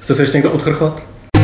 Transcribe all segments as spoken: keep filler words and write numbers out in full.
Chce se ještě někdo odchrchlat?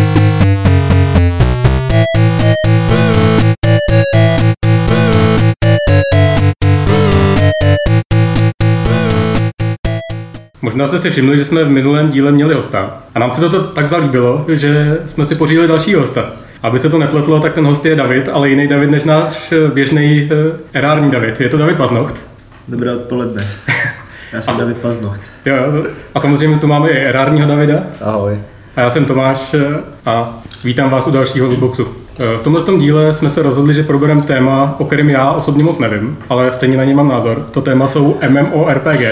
Možná jste si všimli, že jsme v minulém díle měli hosta a nám se to tak zalíbilo, že jsme si pořídili dalšího hosta. Aby se to nepletlo, tak ten host je David, ale jiný David než náš běžný erární David. Je to David Paznocht. Dobré odpoledne. Já jsem a, David Paznocht. Jo, a samozřejmě tu máme i erárního Davida. Ahoj. A já jsem Tomáš a vítám vás u dalšího Lootboxu. V tomhle tom díle jsme se rozhodli, že probereme téma, o kterém já osobně moc nevím, ale stejně na něj mám názor. To téma jsou MMORPG.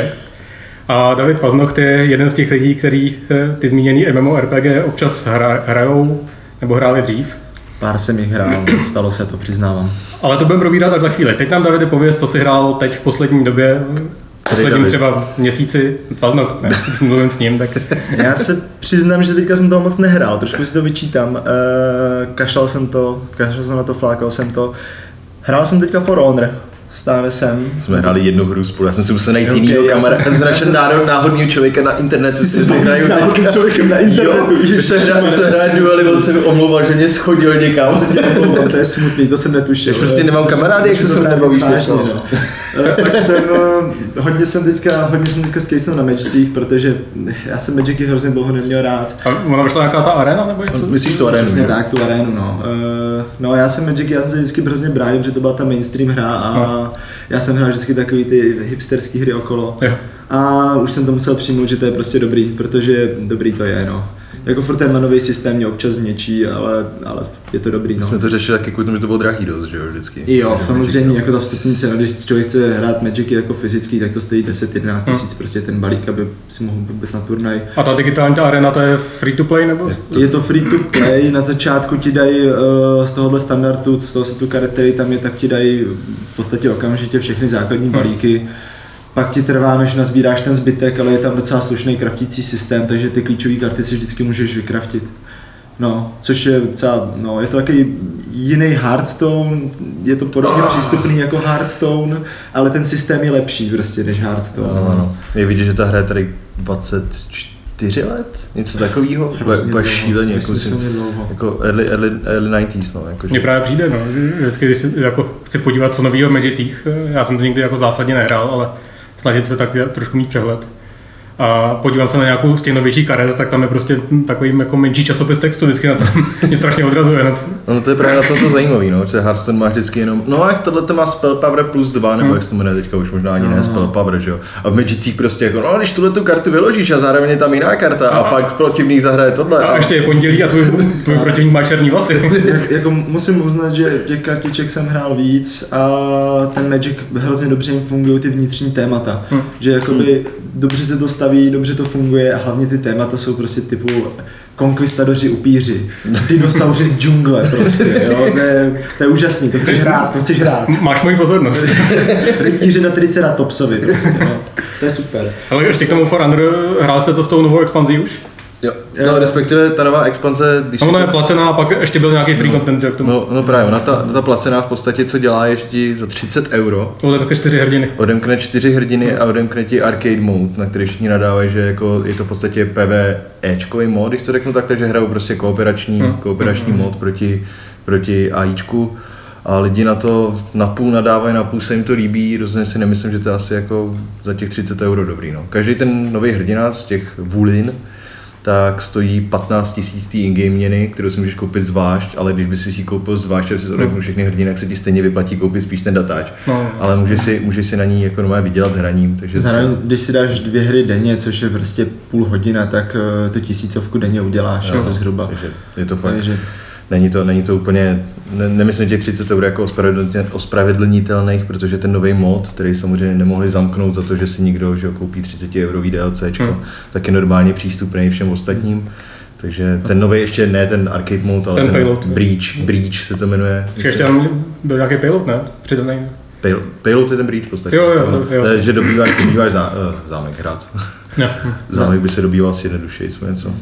A David Paznocht je jeden z těch lidí, který ty zmíněný MMORPG občas hra, hrajou nebo hráli dřív. Pár jsem jich hrál, stalo se to, přiznávám. Ale to budeme probírat až za chvíli. Teď nám Davide pověz, co jsi hrál teď v poslední době, v posledním třeba měsíci, Paznocht, ne, když jsem mluvím s ním, tak... Já se přiznám, že teďka jsem toho moc nehrál, trošku si to vyčítám. E, kašlal jsem to, kašlal jsem na to, flákal jsem to. Hrál jsem teďka For Honor. Stále jsem. Jsme hráli jednu hru spolu, já jsem si musel najít okay, jinýho kamaráda, značen národ náhodného člověka na internetu. Jsi se hraju náhodným člověkem na internetu. Jo, se hraje duely, on se mi omlouval, že mě schodil někam. To je smutný, to jsem netušil. Prostě nemám kamarády, jak se se nebavíš. Pak jsem, hodně jsem teďka, hodně jsem teďka skejsnul na Magicích, protože já jsem Magicy hrozně dlouho neměl rád. A ona vyšla nějaká ta arena nebo něco? Myslíš tu arénu? Přesně tak, tu arénu, no. No já jsem Magicy, já jsem se vždycky hrozně bránil, protože to byla ta mainstream hra a já jsem hrál vždycky takový ty hipsterský hry okolo. Jo. A už jsem to musel přijmout, že to je prostě dobrý, protože dobrý to je, no. Jako furt ten manový systém mě občas zničí, ale, ale je to dobrý, no. Jsme to řešili taky kvůli tomu, že to bylo drahý dost, že jo, vždycky. Jo, samozřejmě, jako ta vstupní cena, když člověk chce hrát Magicy jako fyzický, tak to stojí deset jedenáct tisíc, hmm. prostě ten balík, aby si mohl vůbec na turnaj. A ta digitální ta arena, to je free to play, nebo? Je to, je to free to play, na začátku ti dají uh, z tohohle standardu, z toho setu karet, který tam je, tak ti dají v podstatě okamžitě všechny základní balíky. Hmm. Pak ti trvá, než nazbíráš ten zbytek, ale je tam docela slušný kraftící systém, takže ty klíčové karty si vždycky můžeš vykraftit. No, což je docela, no, je to takový jiný Hearthstone, je to podobně přístupný jako Hearthstone, ale ten systém je lepší prostě než Hearthstone. No, no, no. Je vidět, že ta hra je tady dvacet čtyři let, něco takového, úplně šíleně, jako, si, jako early, early, early devadesátých. No, jako, mně právě přijde, no, že vždycky, když si jako chci podívat, co novýho v Magicích, já jsem to nikdy jako zásadně nehrál, ale snažím se tak trošku mít přehled. A podívám se na nějakou z těch novějších karet, tak tam je prostě takový jako menší časopis textu, vždycky na to mě strašně odrazuje. No. no to je právě na to, to zajímavý, no, že Hearthstone má vždycky jenom, no jak tohle to má spell power plus dva, nebo hmm. jak se to jmenuje teďka už možná ani ne spell power, že jo. A v Magicích prostě jako, no když tuhle tu kartu vyložíš a zároveň je tam jiná karta a, a pak protivník zahraje tohle. A, a ještě je pondělí a tvůj, tvůj protivník má černý vlasy. Jak, jako musím uznat, že těch kartiček jsem hrál víc a ten Magic hrozně dobře jim fungují ty vnitřní témata, hmm. že jakoby hmm. dobře se to staví, dobře to funguje a hlavně ty témata jsou prostě typu konkvistadoři upíři, dinosauři z džungle prostě, jo, to je, to je úžasný, to chceš hrát, to chceš hrát. Máš moji pozornost. Rytíři na Triceratopsovi prostě, no, to je super. Ale ještě k tomu For Honor, hrál jste to s tou novou expanzí už? Jo, no, respektive ta nová expanze, když... No, ona je placená a pak ještě byl nějaký free no, content, že k tomu? No, no právě, ona ta, ta placená v podstatě, co dělá, je, že ti za třicet euro odemkne čtyři hrdiny. Odemkne čtyři hrdiny a odemkne ti arcade mode, na který všichni nadávají, že jako je to v podstatě PvEčkový mod, když to řeknu takhle, že hrajou prostě kooperační, hmm. kooperační hmm. mod proti, proti AIčku. A lidi na to napůl nadávají, napůl se jim to líbí, rozhodně si nemyslím, že to je asi jako za těch třicet euro dobrý. No. Každý ten nový hrdina z těch Wulin tak stojí patnáct tisíc tý in-game měny, kterou si můžeš koupit zvlášť, ale když by si ji koupil zvlášť, aby si odemknul no. všechny hrdiny, tak se ti stejně vyplatí koupit spíš ten datáč. No. Ale můžeš si, můžeš si na ní jako normálně vydělat hraním. Takže zároveň, když si dáš dvě hry denně, což je prostě půl hodina, tak to tisícovku denně uděláš, no. zhruba. Takže je to fakt. Takže Není to, není to úplně, ne, nemyslím těch třicet eur jako ospravedlnitelných, protože ten nový mod, který samozřejmě nemohli zamknout za to, že si někdo že koupí třicet eurový DLCčko, hmm. tak je normálně přístupný všem ostatním. Takže ten nový ještě ne ten arcade mode, ale ten, ten payload, Breach, Breach se to jmenuje. Ještě tam byl nějaký payload, ne? Přidaný. Pay, payload je ten Breach v podstatě. Jo, jo, jo, jo. Že dobýváš, dobýváš zá, zámek hrát. No. Zámek by se dobýval asi jednodušeji, co něco.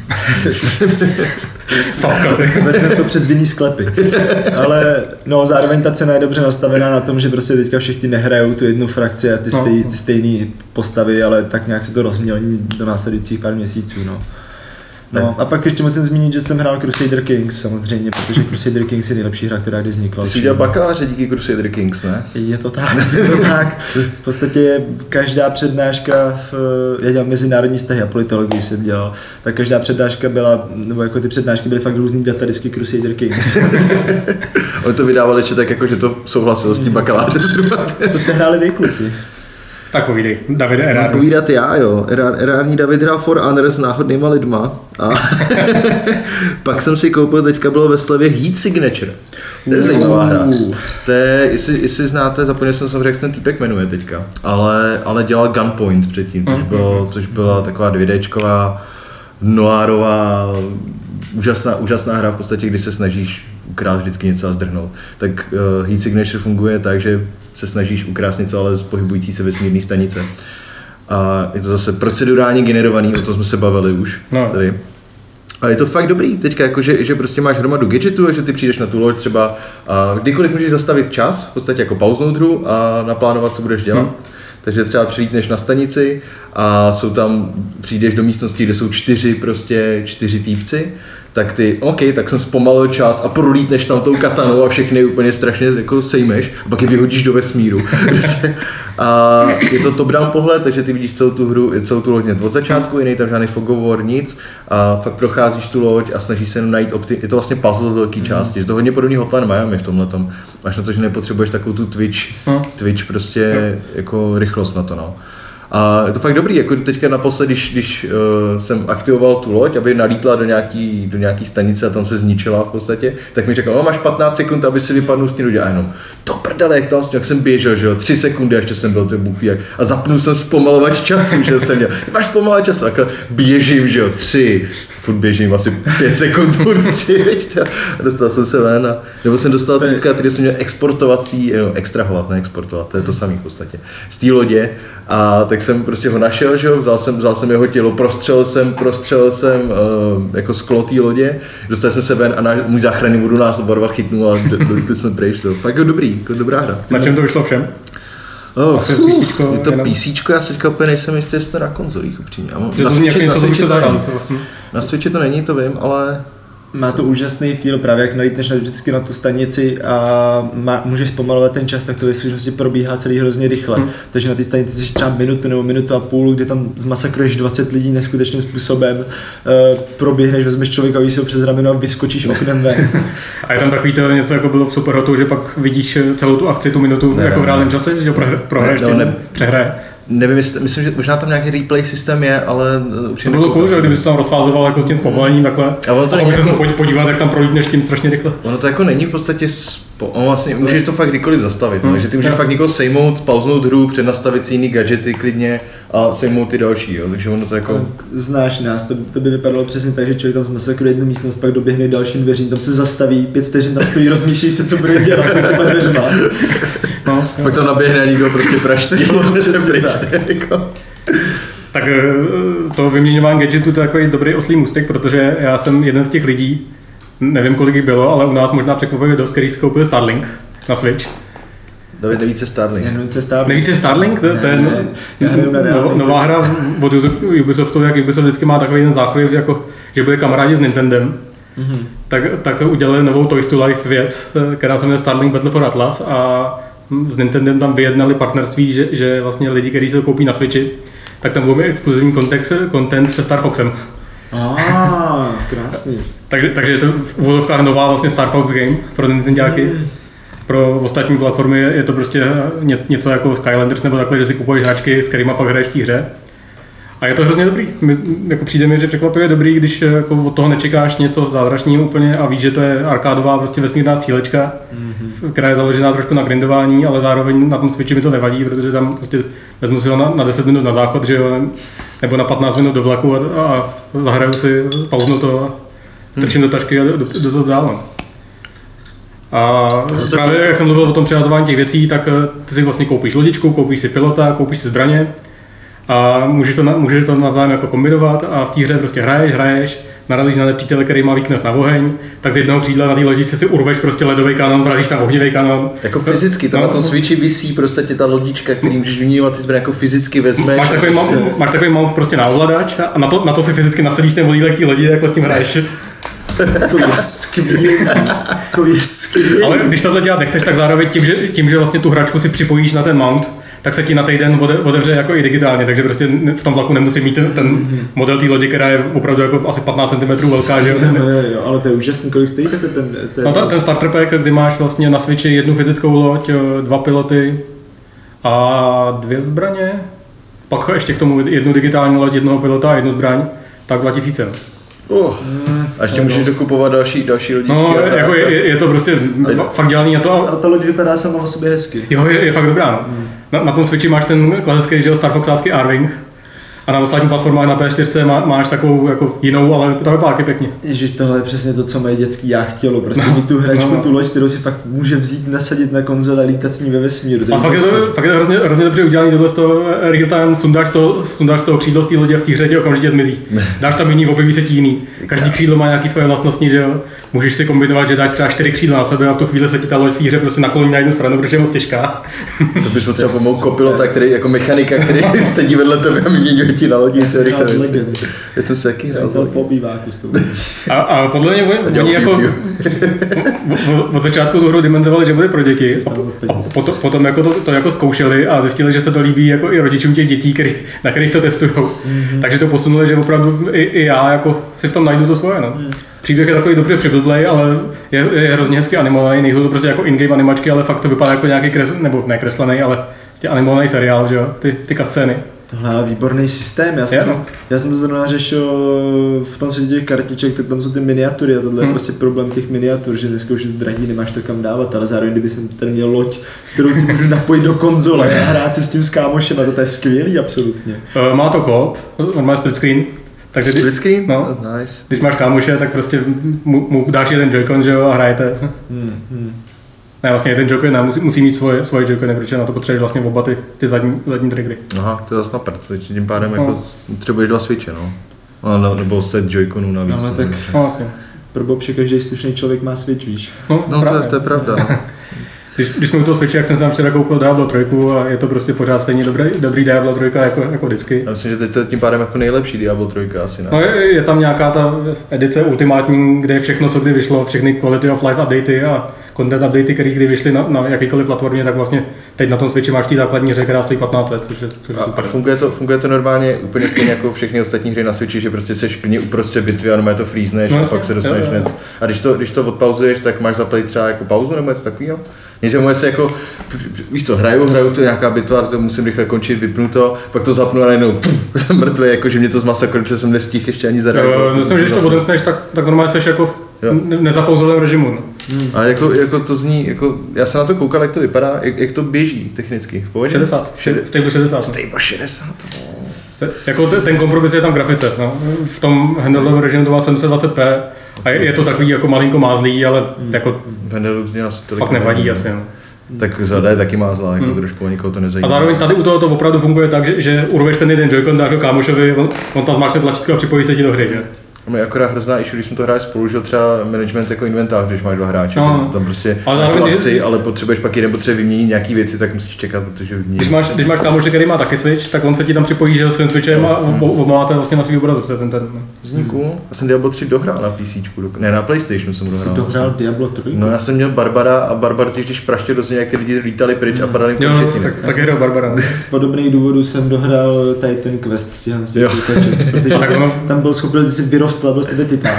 Fapka, ty. Vezmeme to přes vinný sklepy. Ale no, zároveň ta cena je dobře nastavená na tom, že prostě teďka všichni nehrajou tu jednu frakci a ty, no. stej, ty stejné postavy, ale tak nějak se to rozmělní do následujících pár měsíců. No. No a pak ještě musím zmínit, že jsem hrál Crusader Kings samozřejmě, protože Crusader Kings je nejlepší hra, která kdy vznikla. Ty jsi udělal bakaláře díky Crusader Kings, ne? Je to tak, je to tak. V podstatě každá přednáška, v, já dělám mezinárodní vztahy a politologii jsem dělal, tak každá přednáška byla, nebo jako ty přednášky byly fakt různý datadisky Crusader Kings. Oni to vydávali, že tak jako, že to souhlasilo s tím bakalářem. Co jste hráli vy, kluci? Tak povídej, Davide Erární. Povídat já, jo. Erární David hrál For Honor s náhodnýma lidma. A pak jsem si koupil, teďka bylo ve slevě Heat Signature. To je zajímavá hra. To je, jestli, jestli znáte, zapomněl jsem samozřejmě, jak se ten týpek jmenuje teďka. Ale, ale dělal Gunpoint předtím, což, bylo, což byla taková dvědéčková, noárová, úžasná, úžasná hra v podstatě, kdy se snažíš ukrást vždycky něco a zdrhnout. Tak uh, Heat Signature funguje tak, že se snažíš ukrást něco, ale z pohybující se vesmírné stanice. A je to zase procedurálně generovaný, o tom jsme se bavili už no. tady. A je to fakt dobrý teďka, jako že, že prostě máš hromadu gadgetů a že ty přijdeš na tu loď třeba a kdykoliv můžeš zastavit čas, v podstatě jako pauznout hru a naplánovat, co budeš dělat. Hmm. Takže třeba přilítneš na stanici a jsou tam, přijdeš do místnosti, kde jsou čtyři prostě, čtyři týpci, tak ty, OK, tak jsem zpomalil čas a prolítneš tam tou katanou a všechny úplně strašně jako sejmeš a pak je vyhodíš do vesmíru. A je to top-down pohled, takže ty vidíš celou tu hru, celou tu loď od začátku, jiný tam žádný fogovor, nic a fakt procházíš tu loď a snažíš se jenom najít opti- je to vlastně puzzle z velké části, že to hodně podobný Hotline Miami v tomhletom. Máš na to, že nepotřebuješ takovou tu Twitch, Twitch prostě jako rychlost na to, no. A je to fakt dobrý, jako teďka naposled, když, když uh, jsem aktivoval tu loď, aby nalítla do nějaký, do nějaký stanice a tam se zničila v podstatě, tak mi řekl, no máš patnáct sekund, aby si vypadnul z té lodi a jenom to prdele, jak tam jak jsem běžel, že jo, tři sekundy a ještě jsem byl, to je bůh jak, a zapnul jsem zpomalovač času, že jsem měl, máš zpomalovač času, takhle běžím, že jo, tři, furt běžím asi pět sekund, furt tři, veď, a dostal jsem se ven a, nebo jsem dostal týpka, který jsem měl exportovat z té, no, extrahovat, ne exportovat, to je to samý v podstatě, z té lodě a tak jsem prostě ho našel, že jo, vzal jsem, vzal jsem jeho tělo, prostřelil jsem, prostřelil jsem uh, jako sklo té lodě, dostali jsme se ven a náš, můj záchranný vodu nás barva chytnul a došli jsme pryč, to fakt dobrý, jako dobrá hra. Na čem to vyšlo všem? Oh, písíčko, je to písíčko, já se teďka úplně nejsem jistý, jestli to na konzolích upřímně. Na Switchi, na Switchi to není. Na Switchi to není, to vím, ale má to úžasný feel, právě jak nalítneš vždycky na tu stanici a má, můžeš zpomalovat ten čas, tak to ve skutečnosti probíhá celý hrozně rychle. Hmm. Takže na té stanici jsi třeba minutu nebo minutu a půl, kdy tam zmasakruješ dvacet lidí neskutečným způsobem, uh, proběhneš, vezmeš člověka, víš se ho přes rameno a vyskočíš oknem ven. A je tam takový to něco, jako bylo v Superhotu, že pak vidíš celou tu akci, tu minutu ne, jako v reálném čase, že prohraješ, ne, ne, přehraje. Nevím, jestli, myslím, že možná tam nějaký replay systém je, ale určitě to bylo cool, kdyby se tam rozfázoval jako s tím zpomalením takhle. A ono to a můžeš jako... se podívat, jak tam prolítneš tím strašně rychle. Ono to jako není v podstatě, spo... ono vlastně, můžeš to fakt kdykoliv zastavit, hmm. takže ty můžeš ja. fakt někoho sejmout, pauznout hru, přednastavit si jiný gadgety klidně a sejmout ty další, jo. Takže ono to jako... Znáš nás, to, to by vypadalo přesně tak, že člověk tam zmasakruje jednu místnost, pak doběhne dalším dveřím, tam se zastaví, pět vteřin tam stojí, rozmýšlí se, co bude dělat za těma dveřma. No, pak tam naběhne a nikdo prostě praští, tak to vyměňování gadgetů to je takový dobrý oslý můstek, protože já jsem jeden z těch lidí, nevím kolik jich bylo, ale u nás možná překvapivě dost, který si koupil Starlink na Switch. David nevíce Starlink. Nevíce Starlink. Nevíce Starlink? To, to je ne, no, nová hra od Ubisoftu, jak Ubisoft vždycky má takový ten záchvěv, jako, že bude kamarádi s Nintendem. Mm-hmm. Tak, tak udělali novou Toys to Life věc, která se jmenuje Starlink Battle for Atlas a s Nintendem tam vyjednali partnerství, že, že vlastně lidi, kteří se koupí na Switchi, tak tam budou mít exkluzivní content se Star Foxem. Ah, krásný. takže, takže je to v úvodovkách nová vlastně Star Fox game pro Nintendáky. Mm. Pro ostatní platformy je to prostě něco jako Skylanders nebo takhle, že si kupuješ hračky, s kterýma pak hraješ v té hře. A je to hrozně dobrý. My, jako přijde mi, že překvapivě dobrý, když jako od toho nečekáš něco zázračného úplně a víš, že to je arkádová prostě vesmírná střílečka, mm-hmm. která je založená trošku na grindování, ale zároveň na tom Switchi mi to nevadí, protože tam prostě vezmu si ho na, na deset minut na záchod, že jo, nebo na patnáct minut do vlaku a, a zahraju si, pauznu to a strčím mm. do tašky a do, do, do dál. A právě jak jsem mluvil o tom přihazování těch věcí, tak ty si vlastně koupíš lodičku, koupíš si pilota, koupíš si zbraně a můžeš to, můžeš to navzájem jako kombinovat a v té hře prostě hraješ, hraješ, narazíš na nepřítele, který má weakness na oheň, tak z jednoho křídla na té lodičce si urveš prostě ledový kanon, vrazíš tam ohnivý kanon. Jako fyzicky, tam no, na tom switchi visí prostě ta lodička, který můžeš vyměňovat ty zbraně, jako fyzicky vezmeš. Máš takový, ma, máš takový mount prostě na ovladač a na to, na to si fyzicky nasadíš ten vodílek té lodi, takhle s tím hraješ. To je skvělý, to je skvělý. Ale když tohle dělat nechceš, tak zároveň tím, že, tím, že vlastně tu hračku si připojíš na ten mount, tak se ti na týden otevře jako i digitálně, takže prostě v tom vlaku nemusí mít ten, ten model té lodi, která je opravdu jako asi patnáct centimetrů velká, že jo? No, jo, jo, ale to je úžasný, kolik stojí takhle ten... ten... No, ta, ten starter pack, kdy máš vlastně na switchi jednu fyzickou loď, dva piloty a dvě zbraně, pak ještě k tomu jednu digitální loď, jednoho pilota a jednu zbraň, tak dva tisíce. Uh, a ještě můžeš dokupovat další, další lodičky. No, jako je, je, to prostě a fakt dělaný na to. A ta loď vypadá sama o sobě hezky. Jo, je, je fakt dobrá. No. Hmm. Na, na tom Switchi máš ten klasický, že Star Foxácký R-Wing. A na ostatních platformách na P čtyři má, máš takovou jako jinou, ale to vypadá taky pěkně. Ježiš, tohle je přesně to, co moje dětský já chtělo. Prostě no, mít tu hračku, no, no. tu loď, kterou si fakt může vzít, nasadit na konzole a lítat s ní ve vesmíru. A fakt je, to, fakt je to hrozně, hrozně dobře udělaný tohle z toho real time, sundáš to, sundáš toho křídlo z té lodě v té hře, okamžitě zmizí. Dáš tam jiný, objeví se ti jiný. Každý křídlo má nějaké svoje vlastnosti, že jo. Můžeš si kombinovat, že dáš třeba čtyři křídla na sebe a v tu chvíli se ti ta loď v té hře prostě nakloní na jednu stranu, protože je moc těžká. To bys potřeba pomoct kopilota, který jako mechanika, který sedí vedle tebe a vyměňuje ti na lodi. Já jsem se taky hrál. A, a podle mě oni jako od začátku tu hru dimenzovali, že bude pro děti. A potom, potom jako to, to jako zkoušeli a zjistili, že se to líbí jako i rodičům těch dětí, který, na kterých to testují. Mm-hmm. Takže to posunuli, že opravdu i, i já jako si v tom najdu to svoje. No. Mm. Příběh je takový dobře přiblblej, ale je, je hrozně hezky animovaný. Nejsou to prostě jako in-game animačky, ale fakt to vypadá jako nějaký kres, nebo ne kreslený, ale animovaný seriál, že jo, ty, ty kascény. Tohle je výborný systém, já jsem, to, já jsem to zrovna řešil v tom světě těch kartiček, tak tam jsou ty miniatury a tohle hmm. je prostě problém těch miniatur, že dneska už drahý, nemáš to kam dávat, ale zároveň kdyby jsem tady měl loď, s kterou si můžu napojit do konzole a hrát si s tím s kámošem a to je skvělý absolutně. Uh, má to co-op, normálně split screen. Takže split screen? No, nice. Když máš kámoše, tak prostě mu, mu dáš jeden Joy-Con, že jo, a hrajete. Hmm. Hmm. Ne, vlastně jeden Joy-Con ne, musí, musí mít svoje, svoje Joy-Cony, protože na to potřebuješ vlastně oba ty, ty zadní, zadní triggery. Aha, to je zase na prd, tím pádem no. jako potřebuješ dva switche, no. no nebo set Joy-Conů navíc. No, tak no, vlastně. Pro bobše každý slušný člověk má switch, víš. No, no to, je, to je pravda. No. Když, když jsme u toho switche, jak jsem tam včera koupil Diablo tři a je to prostě pořád stejně dobrý, dobrý Diablo tři jako, jako vždycky. Já myslím, že teď to je tím pádem jako nejlepší Diablo tři asi, ne? No je, je tam nějaká ta edice ultimátní, kde je všechno, co kdy vyšlo, všechny quality of life updaty a content updaty, které kdy vyšly na, na jakýkoliv platformě, tak vlastně teď na tom switchi máš tý základní hře, která stojí patnáct let, což je, což je super. A funguje to, funguje to normálně úplně stejně jako všechny ostatní hry na switchi, že prostě seš klidně uprostřed bitvy a normálně to freezneš no, a pak se dostaneš hned. A když to, když to odpauzuješ, tak máš zaplatit třeba jako pauzu nebo něco takového? Něco moje se jako, víš co, hraju, hraju, to je nějaká bitva, to musím rychle končit, vypnu to, pak to zapnu a najednou puf, jsem mrtvý, jako že mě to zmasakro, protože jsem nestihl ještě ani zareagovat. Myslím, že když to odemkneš, tak, tak normálně seš jako v nezapouzovém režimu. No. Hmm. A jako, jako to zní, jako, já jsem na to koukal, jak to vypadá, jak, jak to běží technicky, v pohodě? šedesát, Stable šedesát. Stable šedesát, no. Jako ten kompromis je tam grafice, no. V tom handheldovém režimu to má sedm set dvacet p a je, je to takový jako malinko mázlý, ale hmm. jako fakt nevadí asi. No. Tak zada je taky mázlá, jako hmm. trošku nikoho to nezajímá. A zároveň tady u toho to opravdu funguje tak, že, že urveš ten jeden Joy-Con, dáš ho kámošovi, on, on tam zmáčkne tlačítko a připojí se ti do hry, že? A mě akorát hrozná issue, když jsme to hráli spolu, že třeba management jako inventář, když máš dva hráče, no. tam prostě ale máš tu akci, když... ale potřebuješ pak jeden potřebuje vyměnit nějaký věci, tak musíš čekat, protože vymění. Když máš, když máš kámoše, který má taky Switch, tak on se ti tam připojí, že svým Switchem a máte vlastně na svý obrazovce ten ten. Zní cool. Já jsem Diablo tři dohrál na PCčku, ne na PlayStationu jsem dohrál. Jsi dohrál Diablo tři? No já jsem měl Barbara a Barbar totiž když praště do něj, jak ty lidi lítali pryč a padali po četiny. Tak, tak hrál Barbara. Z podobných důvodů jsem dohrál Titan Quest s tím protože tam byl schopný si vyrostl a byl z tebe titán.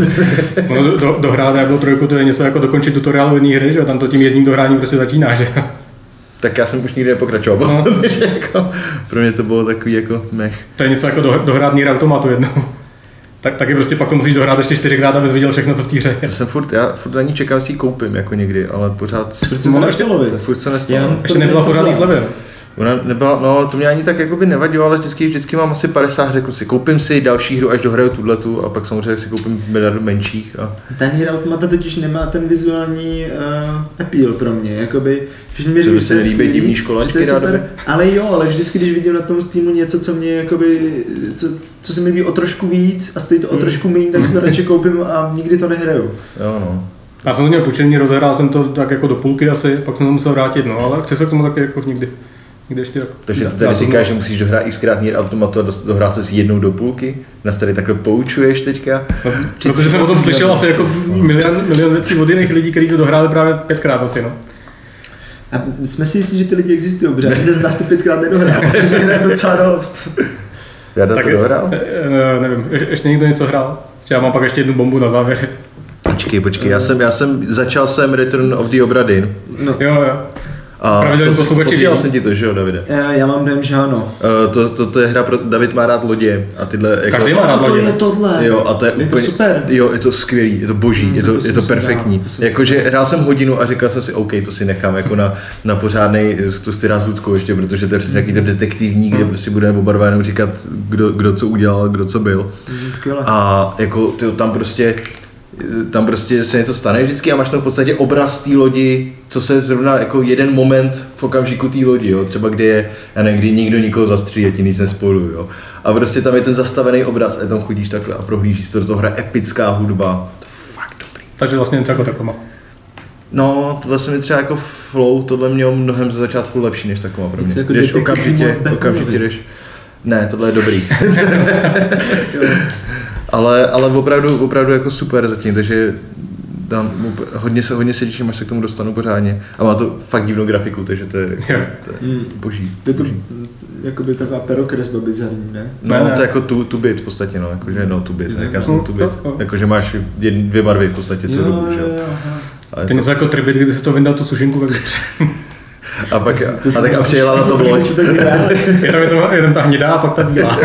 No, do, dohrát Diablo tři to je něco jako dokončit tutoriál jedné hry, že tam to tím jedním dohráním prostě začíná, že? Tak já jsem už nikdy nepokračoval, no. Takže jako, pro mě to bylo takový jako mech. To je něco jako do, dohrát Nier Automatu jednou. Tak, taky prostě pak to musíš dohrát ještě čtyřikrát, abys viděl všechno, co v té hře je. To jsem furt, já furt ani čekám, si ji koupím jako někdy, ale pořád... Furt se to nestalo, furt se nestalo. Ještě nebyla pořádný slevy. Ona nebyla, no to mě ani tak jakoby nevadilo, ale vždycky, vždycky mám asi padesát, řekl si, koupím si další hru, až dohraju tuhletu a pak samozřejmě si koupím miliardu menších. A... Ten Nier Automata totiž nemá ten vizuální uh, appeal pro mě, jakoby, všichni mi říkají, že to je skvělý, že to je super, ale jo, ale vždycky, když vidím na tom Steamu něco, co mě jakoby, co, co se mi líbí o trošku víc a stojí to o mm. trošku méně, tak si to radši koupím a nikdy to nehraju. Jo no. Já jsem to měl půjčení, rozehrál jsem to tak jako do půlky asi, pak jsem to musel vrátit, no, ale chci se k tomu taky jako nikdy. nikdy ještě jako... Takže ty tady říkáš, že musíš dohrát xkrát Nier Automatu a dohrát se s jednou do půlky? Nás tady takhle poučuješ teďka? No, protože jsem o tom slyšel asi jako milion, milion věcí od jiných lidí, kteří to dohráli právě pětkrát asi, no. A jsme si jistí, že ty lidi existují, protože dnes nás to pětkrát nedohrál, protože hraje docela dost. Já to dohrál? Nevím, je, ještě někdo něco hrál? Já mám pak ještě jednu bombu na závěr. Počkej, počkej, já jsem, já jsem, začal jsem Return of the Obra Dinn. No. Jo, jo. A to, posílal jsem ti to, že jo, Davide? Já, já mám dojem, že ano. Uh, to, to, to je hra pro, David má rád lodě a tyhle... Jako, Každý má rád lodě. lodě. To je tohle. Jo, a to je, je úplně, to super. Jo, je to skvělý, je to boží, hmm, je to, to je to perfektní. Jakože hrál jsem hodinu a říkal jsem si, OK, to si nechám jako na, na pořádnej, to chci rád s Ludskou ještě, protože to je přesně takový ten detektivní, kde prostě budeme oba dva jenom říkat, kdo, kdo co udělal, kdo co byl. Skvěle. A jako tyjo, tam prostě tam prostě se něco stane vždycky a máš tam v podstatě obraz té lodi, co se zrovna jako jeden moment v okamžiku té lodi, jo, třeba kdy je, já nevím, kdy nikdo nikoho zastřílí, já ti nic nespoluju, jo. A prostě tam je ten zastavený obraz a tam chodíš takhle a prohlížíš to, do toho hraje epická hudba, to je fakt dobrý. Takže vlastně něco jako takoma. No, tohle se mi třeba jako flow, tohle mělo mnohem za začátku lepší než taková pro mě. Jako jdeš okamžitě, okamžitě jdeš, ne, tohle je dobrý. Ale, ale opravdu, opravdu jako super zatím, takže tam hodně se, hodně se těším, až se k tomu dostanu pořádně. A má to fakt divnou grafiku, takže to je, to je mm. boží. Je to jakoby taková perokresba bizarní, ne? No, ne, ne. to je jako tu, tu bit v podstatě, no, jakože no tu bit, jak já jsem tu bit, jakože máš jedn, dvě barvy v podstatě celou dobu, že jo. To je něco jako tribit, kdyby se to vyndal tu sušinku, tak a pak to, to a tak a přijela na to vlož. Je tam, je, to, je tam ta hnědá a pak ta bílá.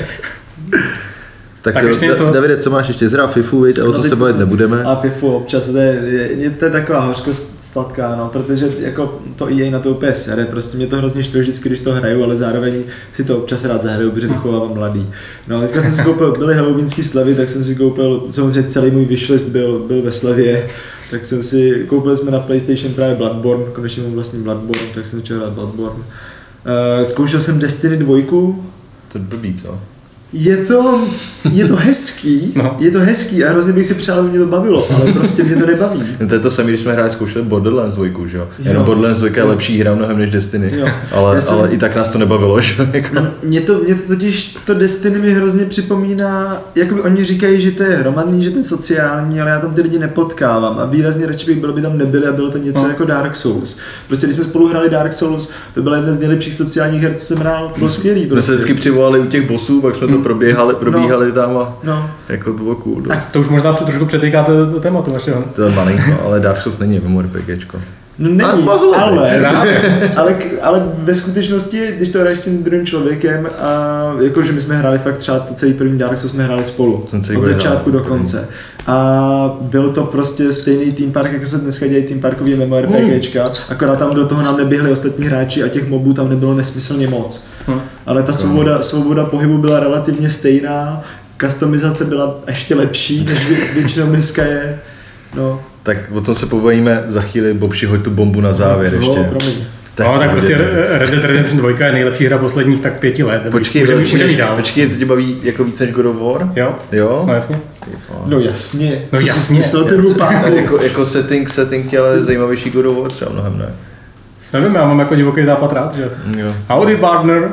Tak, tak jo, ještě něco... Davide, co máš ještě? Zhrál Fifu, viď? A o to se bavit nebudeme. A Fifu občas, to je, je, to je taková hořkost sladká, no, protože jako to E A na to úplně sere, prostě mě to hrozně štve vždycky, když to hraju, ale zároveň si to občas rád zahraju, protože vychovávám mladý. No, teďka jsem si koupil, byly halloweenský slevy, tak jsem si koupil, samozřejmě celý můj wishlist byl, byl ve slevě, tak jsem si, koupili jsme na PlayStation právě Bloodborne, konečně mám vlastní Bloodborne, tak jsem začal hrát Bloodborne. Uh, zkoušel jsem Destiny dva. To je blbý, co? Je to, je to hezký, no. je to hezký a hrozně bych si přál, aby mě to bavilo, ale prostě mě to nebaví. To je to samé, když jsme hráli zkoušeli Borderlands dva, že jo? Jenom Borderlands dva je lepší hra mnohem než Destiny, jo. ale, jsem... ale i tak nás to nebavilo, že jo? Mě to, mě to totiž, to Destiny mi hrozně připomíná, jakoby oni říkají, že to je hromadný, že to je sociální, ale já tam ty lidi nepotkávám a výrazně radši bych byl, by tam nebyli a bylo to něco no. jako Dark Souls. Prostě když jsme spolu hráli Dark Souls, to byla jedna z nejlepších sociálních her, co jsem hrál, to bylo skvělý. Prostě. My se vždycky přivolali u těch bossů, pak jsme to probíhali, probíhali no. tam a no. jako bylo cool. Tak to už možná trošku přetýká to, to tématu vašeho. To je malinko, ale Dark Souls není MMORPGčko. No není, ale, ale, ale ve skutečnosti, když to hraješ s tím druhým člověkem a jakože my jsme hráli fakt třeba celý první Dark Souls jsme hráli spolu, od začátku do konce. A byl to prostě stejný team park, jako se dneska dělají team parkový MMORPGčka, hmm. akorát tam do toho nám neběhli ostatní hráči a těch mobů tam nebylo nesmyslně moc. Hmm. Ale ta svoboda, svoboda pohybu byla relativně stejná, customizace byla ještě lepší, než většinou dneska je. No. Tak o tom se pobavíme za chvíli, Bobši, hoď tu bombu na závěr no, ještě. Promiň. Tak, no, tak prostě Red Dead Redemption dva je nejlepší hra posledních tak pěti let. Počkej, můžeme, můžeme dál. Počkej, to tě baví jako víc než God of War? Jo, jo? No jasně. No jasně, no, co jasně. jsi myslel ty hlupáku? jako, jako setting, setting tě ale zajímavější God of War třeba mnohem ne. Nevím, já mám jako divoký západ rád, že? Jo. Howdy partner.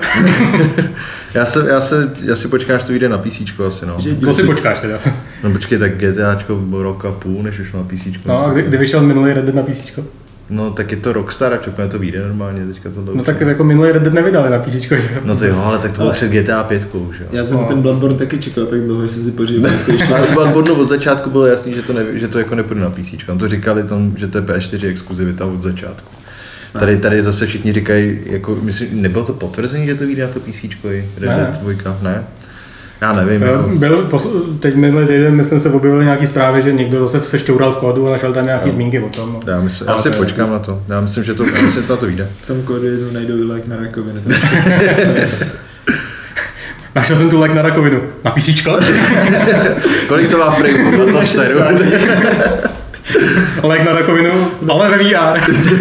já, se, já, se, já si počkám, až to vyjde na PCčko asi, no. To si počkáš teda. No počkej, tak GTAčko bylo rok a půl, než vyšlo na PCčko. No a kdy, kdy vyšel minulý Red Dead na PCčko? No tak je to Rockstar a čekujeme to vyjde normálně teďka to No tak jako minulý Red Dead nevydali na PCčko, že? No to jo, ale tak to bylo před G T A pět, že jo. Já jsem no. ten Bloodborne taky čekal tak dlouho, že jsem si pořídil PlayStation. Ale Bloodborne od začátku bylo jasný, že to, ne, že to jako nepůjde na PCčko. Tam to říkali tom, že to je P S čtyři exkluzivita od začátku. Tady, tady zase všichni říkají, jako, myslím, nebylo to potvrzení, že to vyjde na to PCčko i Red Dead dva, ne? Já nevím. Jako... Byl, teď minulý týden, myslím, se objevily nějaký zprávy, že někdo zase se šťoural v kódu a našel tam nějaký no. zmínky o tom. No. Já, myslím, já si počkám na to. Já myslím, že to, já myslím, že to na to vyjde. V tom kódu jednou najdou i lék na rakovinu. Našel jsem tu lék na rakovinu. Na písíčko? Kolik to má frameů? Na to seru. Lék na rakovinu, ale ve V R.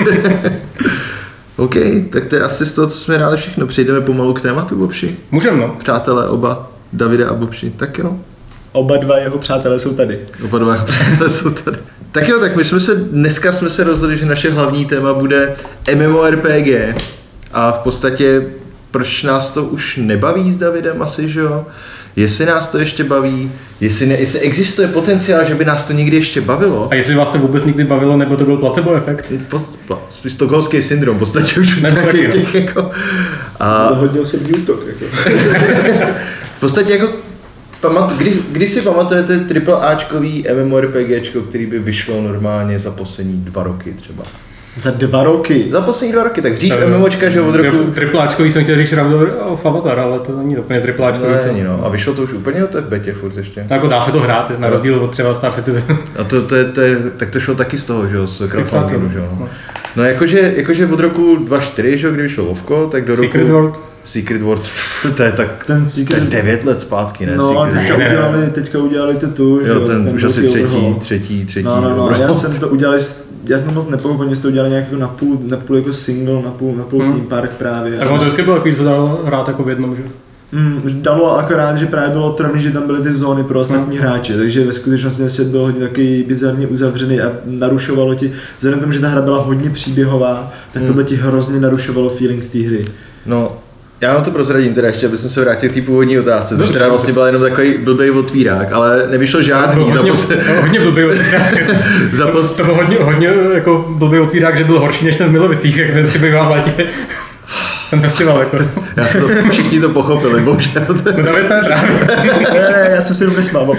OK, tak to je asi z toho, co jsme hráli všechno. Přejdeme pomalu k tématu, Bobši. Můžeme, no. Přátelé oba, Davide a Bobši. Tak jo. Oba dva jeho přátelé jsou tady. Oba dva jeho přátelé jsou tady. Tak jo, tak my jsme se, dneska jsme se rozhodli, že naše hlavní téma bude MMORPG. A v podstatě, proč nás to už nebaví s Davidem asi, že jo? Jestli nás to ještě baví, jestli, ne, jestli existuje potenciál, že by nás to někdy ještě bavilo. A jestli vás to vůbec nikdy bavilo, nebo to byl placebo efekt? Spíš stockholmský syndrom, v podstatě už nebo taky, těch, no. jako... A... Hodil jsem útok, jako. V podstatě jako... Pamatu, kdy, kdy si pamatujete triple Ačkový MMORPGčko, který by vyšlo normálně za poslední dva roky třeba? Za dva roky? Za poslední dva roky, tak dřív MMOčka, že od roku... Tripláčkový jsem chtěl říct Shroud of Avatar, ale to není úplně tripláčkový. Ne, no. A vyšlo to už úplně, to je v betě furt ještě. Jako dá se to hrát, na rozdíl od třeba Star Citizen. A to, to, je, to je, tak to šlo taky z toho, že jo, z crowdfundingu, že jo. No, no jakože, jakože od roku dva tisíce čtyři, že jo, kdy vyšlo Vovko, tak do Secret roku... World. Secret World, to je tak ten Secret... to je devět let zpátky, ne? No a Secret teďka udělali, teďka udělali to tu, že jo, ten, ten už asi třetí, overhaul. třetí, třetí. No, no, no, já jsem to udělal, já jsem moc nepochopil, že to udělali nějak jako na půl, na půl jako single, na půl, na půl hmm. Team Park právě. Tak on to vždycky byl takový, co dal hrát jako v jednom, že? Mm, dalo akorát, že právě bylo trvný, že tam byly ty zóny pro ostatní hmm. hráče, takže ve skutečnosti svět byl hodně takový bizarně uzavřený a narušovalo ti, vzhledem k tomu, že ta hra byla hodně příběhová, tak hmm. tohle ti hrozně narušovalo feeling z té hry. No, já vám to prozradím teda ještě, aby jsem se vrátil k té původní otázce, což teda vlastně byla jenom takový blbej otvírák, ale nevyšlo žádný. Hodně, posle... hodně blbej otvírák. Zapos... To byl hodně, hodně jako blbej otvírák, že byl horší než ten v Milovicích, jak vždycky bývá v létě. Ten festival jako. Já jsem to, všichni to pochopili, bohužel. No David ne právě. Ne, ne, já jsem si jenom nesmál,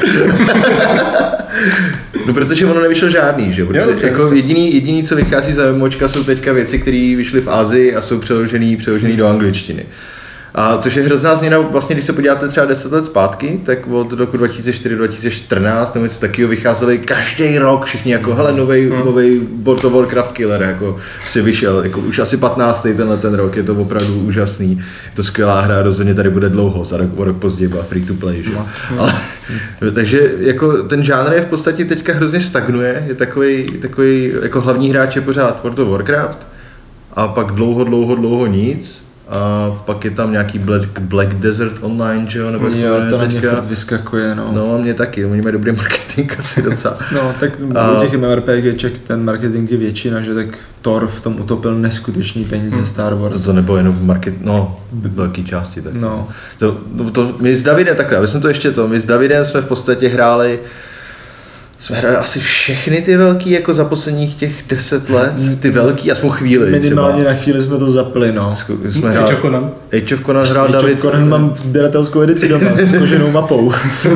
No protože ono nevyšlo žádný, že? Protože jo, jako jediný, jediný, co vychází za MMOčka, jsou teďka věci, které vyšly v Asii a jsou přeložený, přeložený do angličtiny. A což je hrozná změna, vlastně když se podíváte třeba deset let zpátky, tak od roku dva tisíce čtyři dva tisíce čtrnáct nebo něco takového vycházeli každý rok všichni jako hele novej, hmm. novej World of Warcraft killer jako si vyšel, jako už asi patnáctý tenhle ten rok, je to opravdu úžasný, je to skvělá hra, rozhodně tady bude dlouho, za rok, o rok později byla free to play, že? Hmm. Ale, takže jako ten žánr je v podstatě teďka hrozně stagnuje, je takový, takový jako hlavní hráč je pořád World of Warcraft a pak dlouho, dlouho, dlouho nic. A pak je tam nějaký Black, Black Desert Online, že jo? Nebo jo, to na mě furt vyskakuje, no. No, mě taky, oni mají dobrý marketing asi docela. No, tak a... u těch MMORPGček ten marketing je většina, že tak Thor v tom utopil neskutečný peníze hmm. Star Wars. To, to nebylo jenom v market, no, v velké části. Tak. No. To, no, to, my s Davidem, takhle, aby jsem to ještě to, my s Davidem jsme v podstatě hráli Jsme hráli asi všechny ty velký, jako za posledních těch deset let, ty velký, aspoň chvíli. Minimálně třeba. Na chvíli jsme to zapli, no. Jsme hráli, Age of Conan. Age of Conan hrál David. Age of Conan mám sběratelskou edici doma s koženou mapou.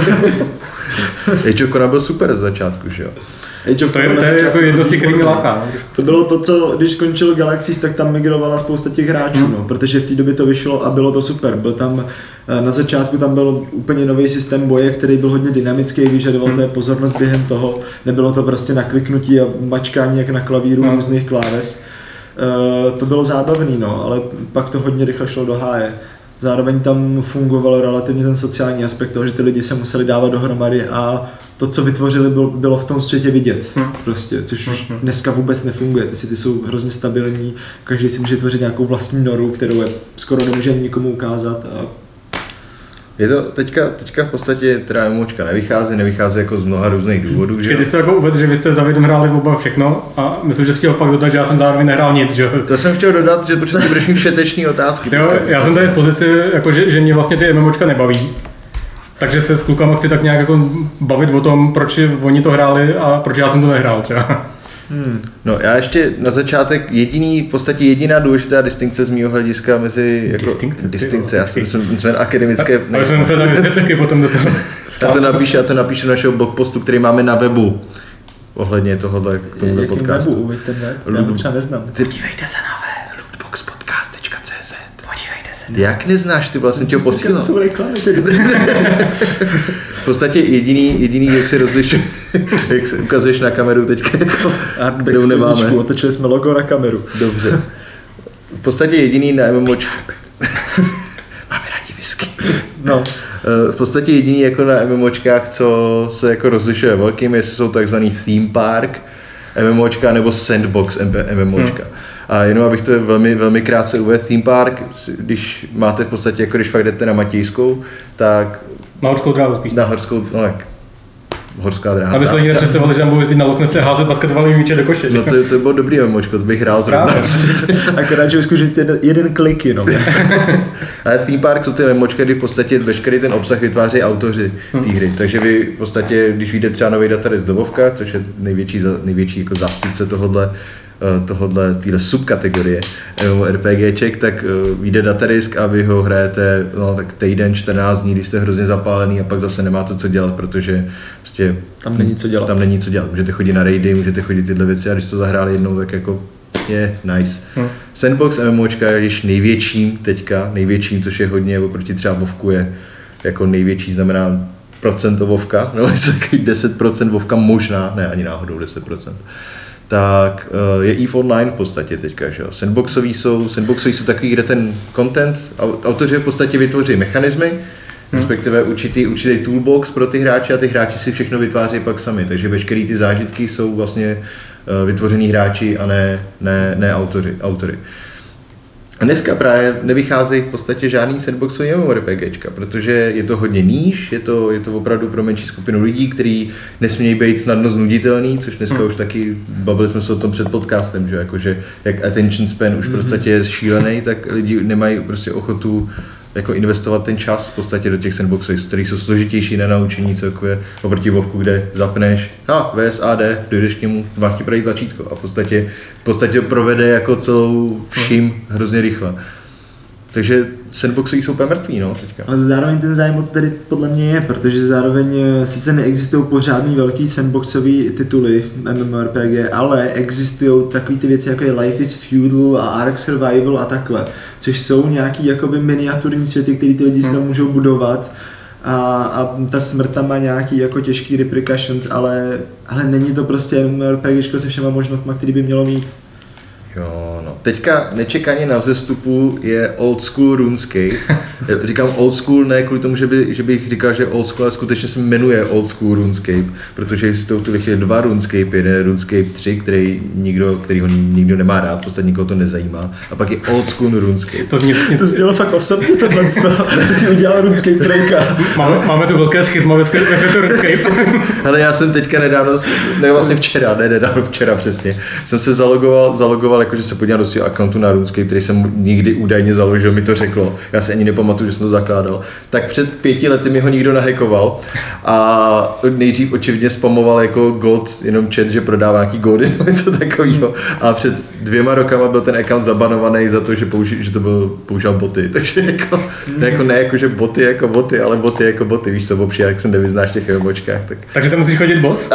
Age of Conan byl super z začátku, že jo? Age of to je, to je jako jedno z těch, který mi láká. To bylo to, co když skončil Galaxy, tak tam migrovala spousta těch hráčů, hmm. no, protože v té době to vyšlo a bylo to super. Byl tam, na začátku tam byl úplně nový systém boje, který byl hodně dynamický, vyžadoval hmm. té pozornost během toho, nebylo to prostě na kliknutí a mačkání jak na klavíru hmm. různých kláves. Uh, to bylo zábavný, no, ale pak to hodně rychle šlo do háje. Zároveň tam fungoval relativně ten sociální aspekt toho, že ty lidi se museli dávat dohromady a to, co vytvořili, bylo v tom světě vidět, hmm. prostě, což už dneska vůbec nefunguje. Ty světy jsou hrozně stabilní, každý si může tvořit nějakou vlastní noru, kterou je skoro nemůže nikomu ukázat. A... Je to teďka, teďka v podstatě teda MMOčka nevychází, nevychází jako z mnoha různých důvodů, že? Ty jsi to jako uvedl, že vy jste s Davidem hráli oba všechno a myslím, že jsi chtěl pak dodat, že já jsem zároveň nehrál nic, že? To jsem chtěl dodat, že počkej, ty budeš mít všeteční otázky. Jo, já jsem tady v pozici, jako že, že mě vlastně ty MMOčka nebaví. Takže se s klukama chci tak nějak jako bavit o tom, proč oni to hráli a proč já jsem to nehrál třeba. Hmm. No já ještě na začátek jediný, v podstatě jediná důležitá distinkce z mýho hlediska mezi jako distinkce, distinkce já jsem jsme akademické. Ale jsem se tam vysvětlit potom do toho. Já to napíšu, já to napíšu do našeho blogpostu, který máme na webu. Ohledně tohohle k tomuhle podcastu. Webu, ten web? Já ho třeba neznám. Podívejte se na web lootboxpodcast tečka cé zet. Podívejte se. Ty jak neznáš, ty vlastně tě ho posílal. To jsou reklamy, ty. V podstatě jediný, jediný, jak se rozlišuje, jak se ukazuješ na kameru teďka, jako, kterou nemáme. Otočili jsme logo na kameru. Dobře. V podstatě jediný na MMOčku. Máme rádi whisky. No. V podstatě jediný jako na MMOčkách, co se jako rozlišuje velkým, jestli jsou takzvaný theme park MMOčka nebo sandbox MMOčka. Hmm. A jenom abych to velmi, velmi krátce uvedl, theme park, když máte v podstatě, jako když fakt jdete na Matějskou, tak... Na horskou dráhu spíš. Na horskou, no jak, horská dráha. Aby se oni nepředstavovali, že nám budou jezdit na Loch Ness a házet basketbalový míče do koše. No to, to bylo dobrý MMOčko, to bych hrál zrovna. Akorát, že vyzkoušet jeden, jeden klik jenom. Ale theme park jsou ty MMOčka, kdy v podstatě veškerý ten obsah vytváří autoři té hry. Takže vy v podstatě, když vyjde třeba nový database do Vovka, což je největší, největší jako zástupce tohodle, tohodle téhle subkategorie RPGček, tak vyjde datadisk a vy ho hrajete no, tak týden, čtrnáct dní, když jste hrozně zapálený a pak zase nemáte co dělat, protože prostě tam není co dělat. Tam není co dělat. Můžete chodit na raidy, můžete chodit tyhle věci a když to zahráli jednou, tak jako je nice. Hmm. Sandbox MMOčka je když největším teďka, největším, což je hodně oproti třeba Vovku je jako největší, znamená procento Vovka, no je takový deset procent Vovka možná, ne ani náhodou deset procent. Tak je EVE Online v podstatě teďka, že jo. Sandboxový jsou, sandboxový jsou takový, kde ten content, autoři v podstatě vytvoří mechanismy, hmm. respektive určitý, určitý toolbox pro ty hráče a ty hráči si všechno vytváří pak sami, takže veškeré ty zážitky jsou vlastně vytvořený hráči a ne, ne, ne autoři, autory. A dneska právě nevycházejí v podstatě žádný sandboxový MMORPGčka, protože je to hodně níž, je to, je to opravdu pro menší skupinu lidí, kteří nesmějí být snadno znuditelný, což dneska hmm. už taky, bavili jsme se o tom před podcastem, že jakože jak attention span už hmm. prostě je šílený, tak lidi nemají prostě ochotu jako investovat ten čas v podstatě do těch sandboxů, které jsou složitější na naučení celkově oproti Vovku, kde zapneš a V S A D, dojdeš k němu, máš ti pravý tlačítko a v podstatě, v podstatě provede jako celou vším hrozně rychle. Takže sandboxy jsou úplně mrtví, no, teďka. Ale zároveň ten zájem o to tady podle mě je, protože zároveň sice neexistují pořádný velký sandboxový tituly MMORPG, ale existují takové ty věci jako je Life is Feudal a Ark Survival a takhle, což jsou nějaký jakoby miniaturní světy, které ty lidi si tam můžou budovat a, a ta smrt tam má nějaký jako těžký repercussions, ale, ale není to prostě MMORPGčko se všema možnostmi, který by mělo mít. Jo, no. Teďka nečekaně na vzestupu je Old School RuneScape. Říkám Old School ne kvůli tomu, že, by, že bych říkal, že Old School, ale skutečně se jmenuje Old School RuneScape, protože existují tu chvíli dva RuneScape, jeden je RuneScape tři, který nikdo, který ho nikdo nemá rád, prostě nikoho to nezajímá, a pak je Old School RuneScape. To zní, to znělo fakt osobně tohle, co ti udělal RuneScape trojka. Máme, máme tu velké schizma ve světu RuneScape. Ale já jsem teďka nedávno, ne vlastně včera, ne nedávno včera přesně, jsem se zalogoval, zalogoval jakože se podíval do svého accountu na RuneScape, který jsem nikdy údajně založil, mi to řeklo, já se ani nepamatuju, že jsem to zakládal, tak před pěti lety mi ho někdo nahackoval a nejdřív očividně spamoval jako god, jenom chat, že prodává nějaký gody nebo něco takového, a před dvěma rokama byl ten account zabanovaný za to, že, použi, že to byl, používal boty, takže jako, ne, jako, ne jako, že boty jako boty, ale boty jako boty, víš co, bobši, jak se nevyznáš v těch emočkách. Tak... Takže tam musíš chodit boss?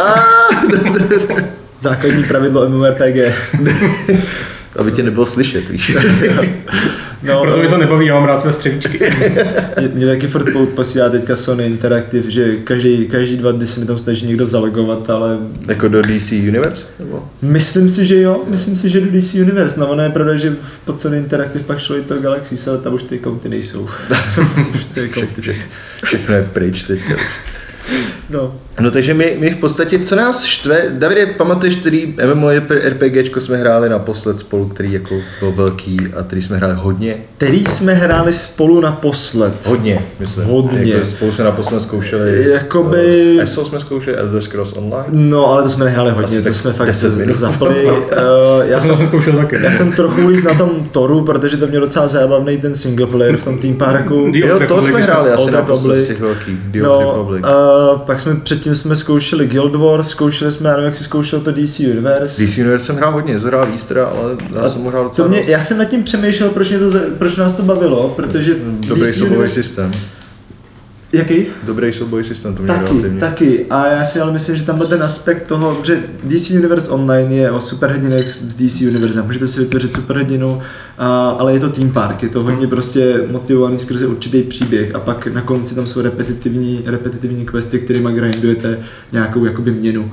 Základní pravidlo MMORPG. Aby tě nebylo slyšet, víš. No, proto mi to nebaví, já mám rád své střevíčky. mě, mě taky furt posílá teďka Sony Interactive, že každý, každý dva dny se mi tam snaží někdo zalogovat, ale... Jako do D C Universe? Nebo? Myslím si, že jo, myslím si, že do D C Universe, no ono je pravda, že pod Sony Interactive pak šlo i to Galaxy, ale tam už ty konty nejsou. už ty konty. Vše, všechno je pryč teďka. No. No takže my, my v podstatě, co nás štve, Davide, pamatuješ, který MMORPGčko jsme hráli naposled spolu, který jako byl velký a který jsme hráli hodně? Který jsme hráli spolu naposled? Hodně, myslím. Hodně. Jako spolu jsme naposled zkoušeli, Jakoby... uh, E S O jsme zkoušeli, Elder Scrolls Online. No, ale to jsme nehráli hodně, asi to jsme fakt zapli. uh, já, jsem, jsem zkoušel taky. Já jsem trochu líp na tom Toru, protože to měl docela zábavný ten single player v tom Team Parku. Jo, to jsme hráli asi naposled z těch velkých, The Old Republic. Uh, pak jsme předtím jsme zkoušeli Guild Wars, zkoušeli jsme, já nevím, jak si zkoušel to D C Universe. D C Universe jsem hrál hodně, Zora víc teda, ale já a jsem ho hrál docela. Mě, já jsem nad tím přemýšlel, proč, mě to, proč nás to bavilo, protože dobrý soubojový systém. Jaký? Dobrý souboj systém, to mě Taky, relativně. taky. A já si ale myslím, že tam ten aspekt toho, že D C Universe Online je o superhrdinech z D C Universe. Můžete si vytvořit superhrdinu, a, ale je to team park, je to hodně prostě motivovaný skrze určitý příběh a pak na konci tam jsou repetitivní, repetitivní questy, kterými grindujete nějakou jakoby měnu.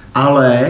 Ale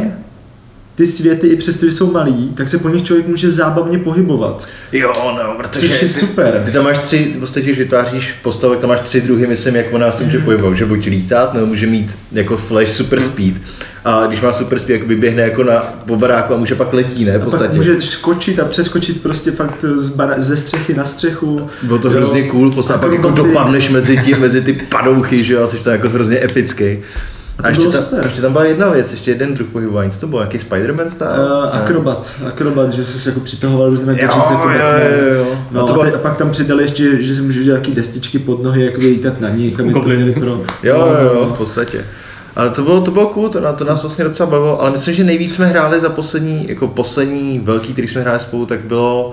ty světy, i přesto, že jsou malý, tak se po nich člověk může zábavně pohybovat. Jo, no, protože což je ty, super. Ty tam máš tři, v podstatě, když vytváříš postavek, tam máš tři druhy, myslím, jak ona se může pohybovat, že buď lítat, nebo může mít jako flash super speed. A když má super speed, jak vyběhne jako na po baráku a může pak letí, ne, v podstatě. A pak může skočit a přeskočit prostě fakt z bara, ze střechy na střechu. Bylo to jo, hrozně cool, prostě pak jako dopadneš mezi, tím, mezi ty padouchy, že jo, a jsi tam jako hrozně epický. A, a ještě, ta, ještě tam byla jedna věc, ještě jeden druh pohybování, co to bylo, jaký Spider-Man stál? Uh, akrobat, akrobat, že jsi se jako přitahoval různé kočice. Jo, jo, jo, jo. No, a, to a, teď, a pak tam přidali ještě, že si můžeš dělat nějaký destičky pod nohy, jak lítat na nich, aby to měli pro... Jo, jo, jo, v podstatě. Ale to bylo, to bylo cool, to, to nás vlastně docela bavilo, ale myslím, že nejvíc jsme hráli za poslední, jako poslední velký, který jsme hráli spolu, tak bylo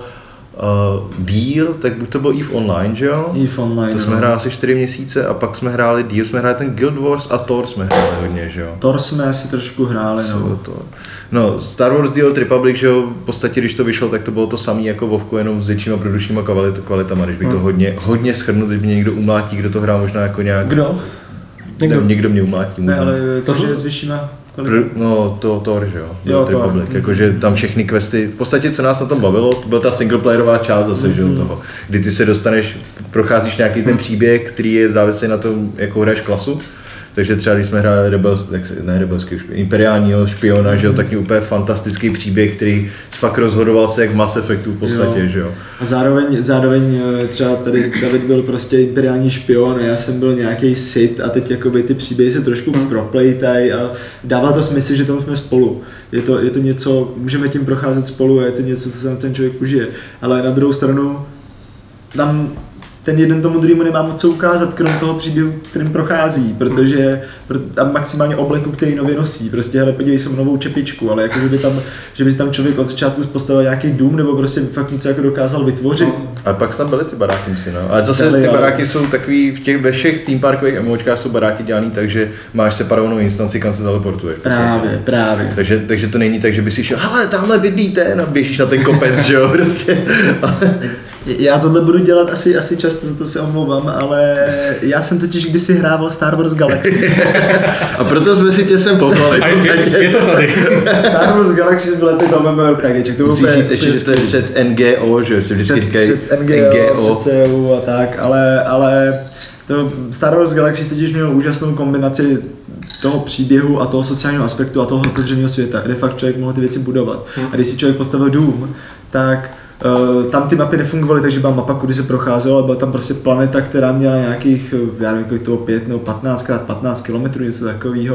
uh, díl, tak buď to byl EVE Online, že jo? EVE Online, to jsme no. hráli asi čtyři měsíce a pak jsme hráli díl, jsme hráli ten Guild Wars a Thor jsme hráli hodně, že jo? Thor jsme asi trošku hráli, no. To. No, Star Wars The Old Republic, že jo, v podstatě, když to vyšlo, tak to bylo to samé jako WoWku, jenom s většíma produčníma kvalitama, když bych to hodně, hodně shrnul, když mě někdo umlátí, kdo to hrál možná jako nějak... Kdo? Někdo, ne, někdo mě umlátí. Ne, ale cože je s vyššíma kvalitama? No, to Thor, že jo, jo Old Republic, jakože tam všechny questy, v podstatě, co nás na tom bavilo, to byla ta singleplayerová část zase, mm-hmm. že jo, toho, kdy ty se dostaneš, procházíš nějaký ten příběh, který je závislý na tom, jakou hraješ klasu. Takže třeba když jsme hráli Rebels, ne rebelský, imperiálního špiona, že jo, tak je úplně fantastický příběh, který fakt rozhodoval se jak v Mass Effectu v podstatě, jo. Že jo. A zároveň, zároveň třeba tady David byl prostě imperiální špion a já jsem byl nějaký Sith a teď jakoby ty příběhy se trošku hmm. proplejtají a dává to smysl, že tam jsme spolu. Je to, je to něco, můžeme tím procházet spolu a je to něco, co se ten člověk užije. Ale na druhou stranu tam ten jeden tomu druhému nemá moc co ukázat, krom toho příběhu, kterým prochází, protože a maximálně obleku, který nově nosí. Prostě hele, podívej se novou čepičku, ale jako, že by tam, že by si tam člověk od začátku postavil nějaký dům, nebo prostě fakt něco jako dokázal vytvořit. A pak tam byly ty baráky, myslím, no. Ale zase Byli, ty baráky ale... jsou takový, v těch ve všech theme parkových MMOčkách jsou baráky dělaný tak, že máš separovanou instanci, kam se teleportuješ. Právě, právě. Takže, takže to není tak, že by si šel, hele, tamhle bydlí ten a běžíš na ten kopec, že jo, prostě. Já tohle budu dělat asi, asi často, za to se omlouvám, ale já jsem totiž kdysi hrával Star Wars Galaxies. A proto jsme si tě sem pozvali. A je, je to tady. Star Wars Galaxies byl ty MMORPGček. Musíš říct ještě, že jste před N G O, že si vždycky říkají N G O, před C E U a tak, ale, ale to Star Wars Galaxies totiž měl úžasnou kombinaci toho příběhu a toho sociálního aspektu a toho otevřeného světa, kde fakt člověk mohl ty věci budovat. A když si člověk postavil dům, tak Uh, tam ty mapy nefungovaly, takže byla mapa, kudy se procházelo, ale byla tam prostě planeta, která měla nějakých, já nevím, kolik toho pět nebo patnáct krát patnáct kilometrů, něco takového.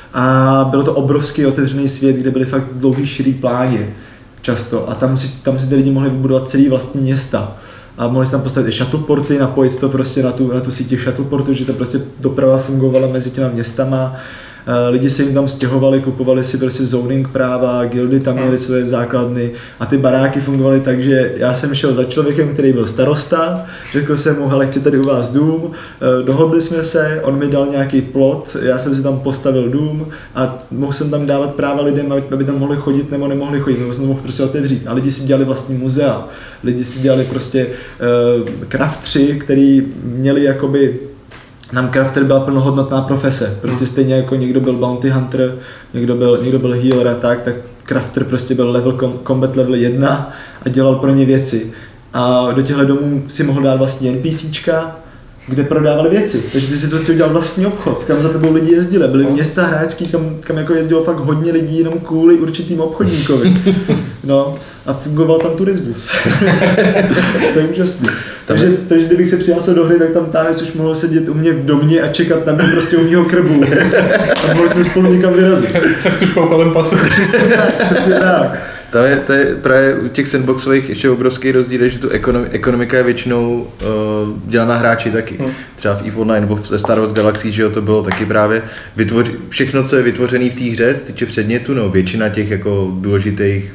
A bylo to obrovský otevřený svět, kde byly fakt dlouhý širý pláně často a tam si, tam si ty lidi mohli vybudovat celý vlastní města. A mohli si tam postavit i shuttleporty, napojit to prostě na tu, na tu síť shuttleportů, že ta prostě doprava fungovala mezi těma městama. Lidi se jim tam stěhovali, kupovali si prostě zoning práva, guildy tam měly své základny a ty baráky fungovaly tak, že já jsem šel za člověkem, který byl starosta, řekl jsem mu, hele, chci tady u vás dům, dohodli jsme se, on mi dal nějaký plot, já jsem si tam postavil dům a mohl jsem tam dávat práva lidem, aby tam mohli chodit nebo nemohli chodit, nebo jsem to mohl prostě otevřít. A lidi si dělali vlastní muzea, lidi si dělali prostě uh, craftři, který měli jakoby nám crafter byla plnohodnotná profese, prostě stejně jako někdo byl bounty hunter, někdo byl, někdo byl healer a tak, tak crafter prostě byl level combat level jedna a dělal pro ně věci. A do těchto domů si mohl dát vlastní NPCčka, kde prodávali věci. Takže ty si prostě udělal vlastní obchod, kam za tebou lidi jezdili. Byly města hráčský, kam, kam jako jezdilo fakt hodně lidí jenom kvůli určitým obchodníkovi. No a fungoval tam turismus. To je úžasný. Takže, takže kdybych se přihlásil do hry, tak tam Tánes už mohl sedět u mě v domě a čekat na mě prostě u mýho krbu. A mohli jsme spolu někam vyrazit. Se stužkou kolem pasu. Přesně tak, přesně tak. To je, to je právě u těch sandboxových ještě obrovský rozdíl, že tu ekonomi, ekonomika je většinou uh, dělaná hráči taky. Hmm. Třeba v EVE Online nebo v Star Wars Galaxy, že jo, to bylo taky právě vytvoři, všechno, co je vytvořené v té hře, týče předmětu, no většina těch jako důležitých předmětů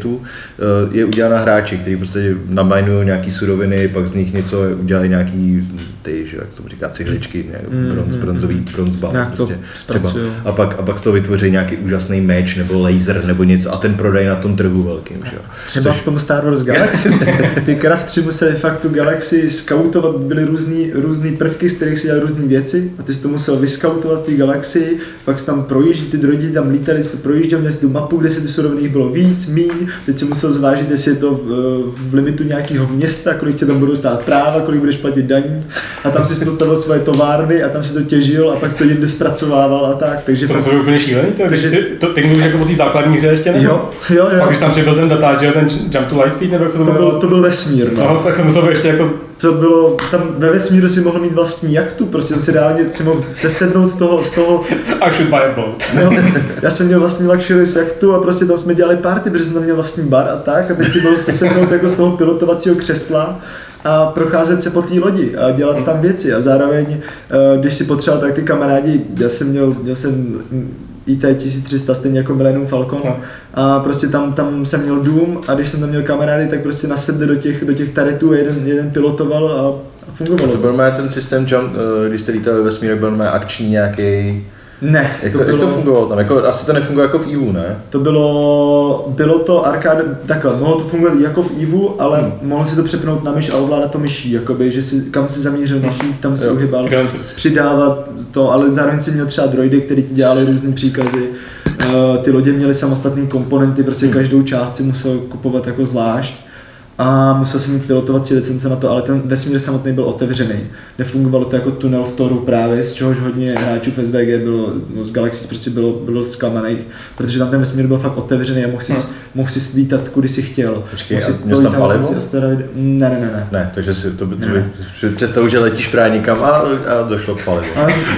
Redditu, je udělaná hráči, kteří prostě naminují nějaký suroviny, pak z nich něco udělají nějaký, ty, že, jak to říká, cihličky, mm, bronz, bronzový, bronzbal, prostě, třeba. A pak, a pak z toho vytvoří nějaký úžasný meč nebo laser nebo něco a ten prodají na tom trhu velkým. Že? Třeba Což... v tom Star Wars Galaxy, ty Craft tři museli fakt tu galaxii skautovat, byly různý, různý prvky, z kterých si dělali různé věci a ty jsi to musel vyskautovat v té galaxii, pak tam projíždí, ty droidi tam lítali, jsi to projížděl, měl jsi tu mapu, kde se ty suroviny bylo víc, míň, teď si musel zvážit, jestli je to v, v limitu nějakého města, kolik tě tam budou stát práva, kolik budeš platit daní a tam si postavil svoje továrny a tam si to těžil a pak si to někde zpracovával a tak, takže... To fakt... jsou úplně šílený, to, takže... to, teď mluvíš jako o té základní hře ještě, nebo? Jo, jo, jo. Pak když tam přibyl ten data, že ten Jump to Lightspeed, nebo jak se to, to byl, to byl vesmír, no. Aha, tak to musel být ještě jako... To bylo, tam ve vesmíru si mohl mít vlastní jachtu, prostě tam si reálně si mohl sesednout z toho, z toho... I should buy a boat. No, já jsem měl vlastní luxury jachtu a prostě tam jsme dělali party, protože jsem tam měl vlastní bar a tak a teď si mohl sesednout jako z toho pilotovacího křesla a procházet se po té lodi a dělat tam věci a zároveň, když si potřeboval, tak ty kamarádi, já jsem měl, měl jsem í té tisíc tři sta stejně jako Millennium Falcon no. A prostě tam, tam jsem měl dům a když jsem tam měl kamarády, tak prostě nasedli do těch, do těch taretů a jeden, jeden pilotoval a, a fungovalo. A to byl mé ten systém jump, když jste lítali ve vesmíru, byl mé akční nějaký. Ne. Jak to, to, bylo, jak to fungovalo tam? Jako, asi to nefunguje jako v Evu, ne? To bylo, bylo to arcade, takhle, mohlo to fungovat jako v Evu, ale hmm. mohl si to přepnout na myš a ovládat to myší, jakoby, že si, kam si zamířil myší, tam si uhybal, přidávat to, ale zároveň si měl třeba droidy, který ti dělali různý příkazy. Uh, ty lodě měly samostatné komponenty, prostě hmm. každou část si musel kupovat jako zvlášť. A musel jsem mít pilotovací licence na to, ale ten vesmír samotný byl otevřený. Nefungovalo to jako tunel v Toru právě, z čehož hodně hráčů v S V G bylo, no z Galaxy prostě bylo, bylo zklamaných, protože tam ten vesmír byl fakt otevřený a mohl si, hmm. mohl si slítat, kudy si chtěl. Počkej, a měl jsi tam palivo? Ne, ne, ne, ne. Ne, takže si to by, to by představu, že letíš právě nikam a, a došlo k palivu.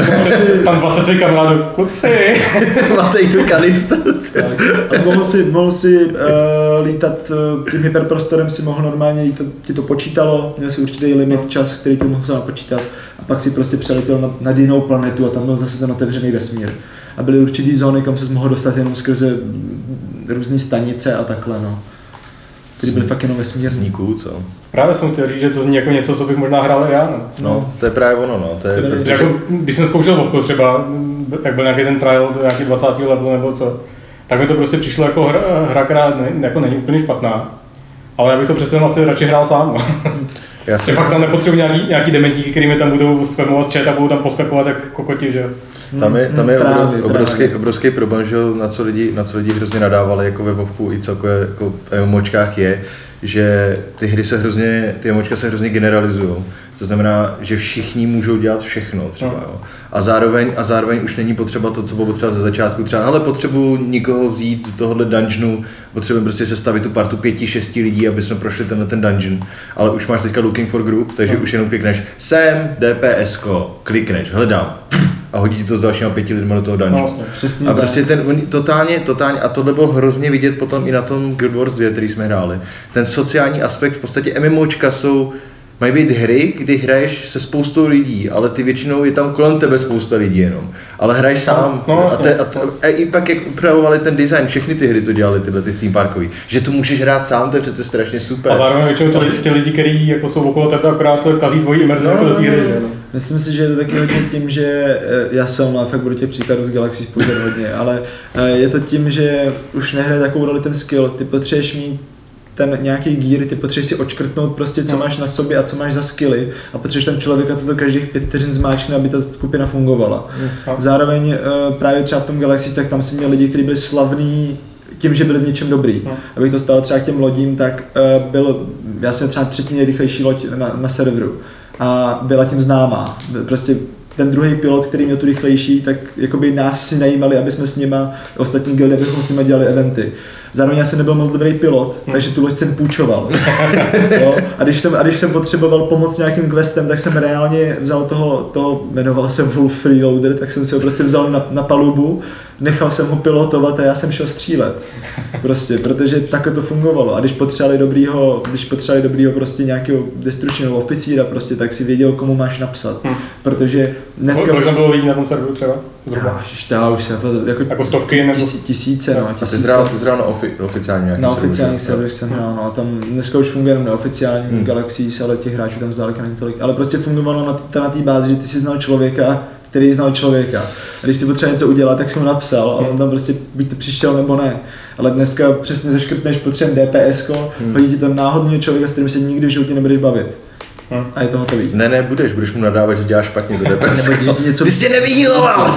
Tam dvacet tři kamarádů, kluci. Máte jít do Kalista. Mohl si, mohl si uh, lítat uh, tím hyperprostorem, si mohl normálně lítat, ti to počítalo, měl si určitý limit čas, který ti mohl sám počítat a pak si prostě přeletěl na, na jinou planetu a tam byl zase ten otevřený vesmír. A byly určitý zóny, kam se mohl dostat jenom skrze různé stanice a takhle, no. Který byl fakt jenom vesmírníků, co? Právě jsem chtěl říct, že to zní jako něco, co bych možná hrál i já, no. No, to je právě ono, no. To je, protože... jako, když jsem zkoušel Vovko třeba, jak byl nějaký ten trial do nějaký dvacátého levelu nebo co, tak mi to prostě přišlo jako hra, hra která ne, jako není úplně špatná. Ale já bych to přece asi radši hrál sám. Já jsem... fakt tam nepotřebuji nějaký, nějaký dementíky, který mi tam budou spamovat chat a budou tam poskakovat jak kokoti, že? Tam je, tam je hmm, právě, obrovský, právě. obrovský problém, že na co lidi, na co lidi hrozně nadávali jako ve Vovku i celkově jako v MMOčkách je, že ty hry se hrozně, ty MMOčka se hrozně generalizují. To znamená, že všichni můžou dělat všechno třeba, jo. A zároveň, a zároveň už není potřeba to, co bylo potřeba ze začátku. Třeba, hele, potřebuji nikoho vzít do tohohle dungeonu, potřebujeme prostě sestavit tu partu pěti, šesti lidí, aby jsme prošli tenhle ten dungeon. Ale už máš teďka looking for group, takže no. už jenom klikneš sem, DPSko, klikneš, hledám. A hodí ti to s dalšíma pěti lidmi do toho dungeonu. No, a prostě ten totálně, totálně, a tohle bylo hrozně vidět potom i na tom Guild Wars dva, který jsme hráli. Ten sociální aspekt, v podstatě MMOčka jsou, mají být hry, kdy hraješ se spoustou lidí, ale ty většinou je tam kolem tebe spousta lidí jenom. Ale hraješ sám. No, a, te, a, te, a i pak, jak upravovali ten design, všechny ty hry to dělali, tyhle ty theme parkový. Že to můžeš hrát sám, to je přece strašně super. A zároveň většinou ty, ty lidi, kteří jako jsou okolo tebe, akorát to kazí tvojí imerzi no, jako do té hry. No. Myslím si, že je to taky hodně tím, že já jsem, a fakt budu těch příkladů z Galaxy spojit hodně, ale je to tím, že už nehraje takovou roli ten skill, ty potřebuješ mít ten nějaký gear, ty potřebuješ si odškrtnout prostě, co no. máš na sobě a co máš za skilly a potřebuješ tam člověka, co to každých pět vteřin zmáčkne, aby ta skupina fungovala. No. Zároveň právě třeba v tom Galaxy, tak tam si měl lidi, kteří byli slavní tím, že byli v něčem dobrý. No. Abych to stalo třeba k těm lodím, tak byl, já jsem třeba třetí nejrychlejší loď na, na serveru a byla tím známá. Prostě ten druhý pilot, který měl tu rychlejší, tak jakoby nás si najímali, aby jsme s nima, ostatní gildy, abychom s nima dělali eventy. Zároveň já jsem nebyl moc dobrý pilot, hmm. takže tu loď jsem půjčoval. Jo? A, když jsem, a když jsem potřeboval pomoct nějakým questem, tak jsem reálně vzal toho, toho jmenoval se Wolf Freeloader, tak jsem si ho prostě vzal na, na palubu, nechal jsem ho pilotovat a já jsem šel střílet. Prostě, protože takhle to fungovalo. A když potřebovali dobrýho, když potřebovali dobrýho prostě nějakého destručního oficíra, prostě, tak si věděl, komu máš napsat. Hmm. Protože dneska... Kolik bylo lidí na tom serveru třeba? Já, já už jsem jako, jako stovky nebo... Tisí, tisíce, no. Tisíce. A ty zhrál, ty zhrál na ofi, oficiální nějaký Na oficiálních serverech jsem hrál, no. A tam dneska už funguje jenom neoficiální hmm. Galaxies, ale těch hráčů tam zdaleka není tolik. Ale prostě fungovalo na, na té bázi, že ty si znal člověka, který znal člověka. A když si potřeba něco udělat, tak jsem mu napsal a on tam prostě buď přišel nebo ne. Ale dneska přesně zaškrtneš potřebujeme DPSko, hmm. hodí ti to náhodného člověka, s kterým se nikdy v životě nebudeš bavit. Hmm. A je to hotový. Ne, ne, budeš, budeš mu nadávat, že děláš špatně to DPSko. něco... Ty jsi tě nevyhýloval!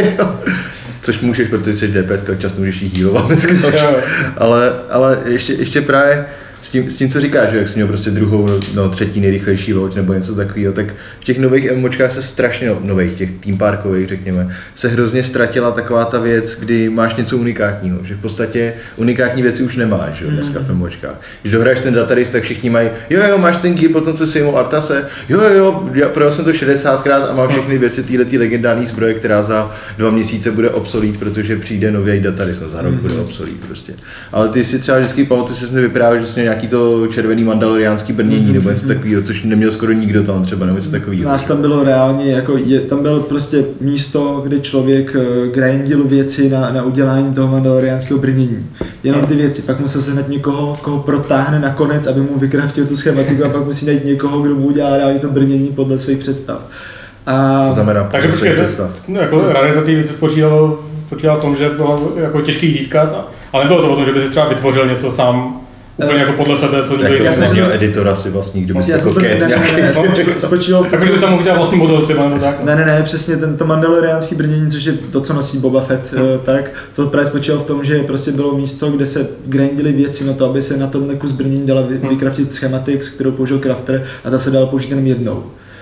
Což můžeš, protože jsi DPSko, často můžeš jí hýlovat dneska. ale, ale ještě, ještě právě S tím, s tím, co říkáš, že jak jsi měl prostě druhou, no třetí nejrychlejší loď nebo něco takového, tak v těch nových MMOčkách se strašně, no, nových, těch team parkových, řekněme, se hrozně ztratila taková ta věc, kdy máš něco unikátního, že v podstatě unikátní věci už nemáš, jo, dneska v MMOčkách. Když dohraješ ten database, tak všichni mají, jo jo, máš ten gear, potom co si jimou Artase, jo jo, já projel jsem to šedesátkrát a mám všechny věci téhletý legendární zbroje, která za dva měsíce bude obsolít, protože přijde nový database, no za rok bude obsolít prostě. Ale ty si třeba vždycky pamatuješ, že jsi mi vyprávěl, že jsi nějaký to červený mandaloriánský brnění, mm-hmm. nebo něco takového, což neměl skoro nikdo tam třeba, nebo něco takového. Nás tam bylo reálně, jako je, tam bylo prostě místo, kde člověk grindil věci na, na udělání toho mandaloriánského brnění. Jenom ty věci, pak musel sehnat někoho, koho protáhne nakonec, aby mu vykraftil tu schematiku a pak musí najít někoho, kdo mu udělá reálně to brnění podle svých představ. A... To znamená takže počkej, no, jako rarita té věci spočívalo, spočívalo v tom, že bylo jako těžké získat, ale nebylo to o tom, že by si třeba vytvořil něco sám úplně jako podle sebe, co jako já jsem měl editora si vlastní, kdyby si jako cat nějaký. Spočíval v tom, takže bys tam mohl dělat vlastní model třeba nebo tak? Ne, ne, ne, přesně tento mandaloriánský brnění, což je to, co nosí Boba Fett, hmm. tak to právě spočívalo v tom, že prostě bylo místo, kde se grindily věci na to, aby se na ten kus brnění dala vy, hmm. vykraftit schematics, kterou použil crafter a ta se dala použít jenom jednou.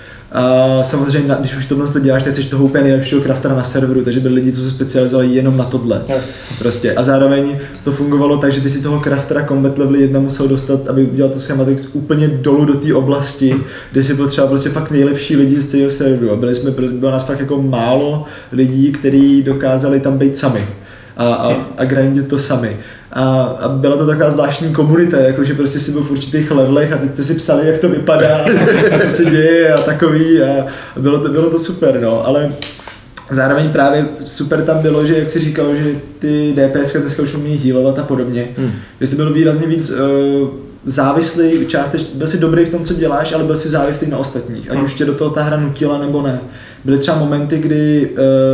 A samozřejmě, když už tohle to děláš, tak jsi toho úplně nejlepšího craftera na serveru, takže byli lidi, co se specializovali jenom na tohle. Prostě. A zároveň to fungovalo tak, že ty si toho craftera combat level jedna musel dostat, aby udělal to schematics úplně dolů do té oblasti, kde si byl třeba prostě fakt nejlepší lidi z celého serveru. A byli jsme, bylo nás fakt jako málo lidí, kteří dokázali tam být sami a, a, a grindit to sami. A, a byla to taková zvláštní komunita, jakože prostě si byl v určitých levelech a teď si psali, jak to vypadá a co se děje a takový a bylo to, bylo to super, no, ale zároveň právě super tam bylo, že jak si říkal, že ty DPSka dneska už umí healovat a podobně, hmm. že jsi byl výrazně víc uh, závislý, částečně, byl jsi dobrý v tom, co děláš, ale byl jsi závislý na ostatních, ať už tě do toho ta hra nutila nebo ne. Byly třeba momenty, kdy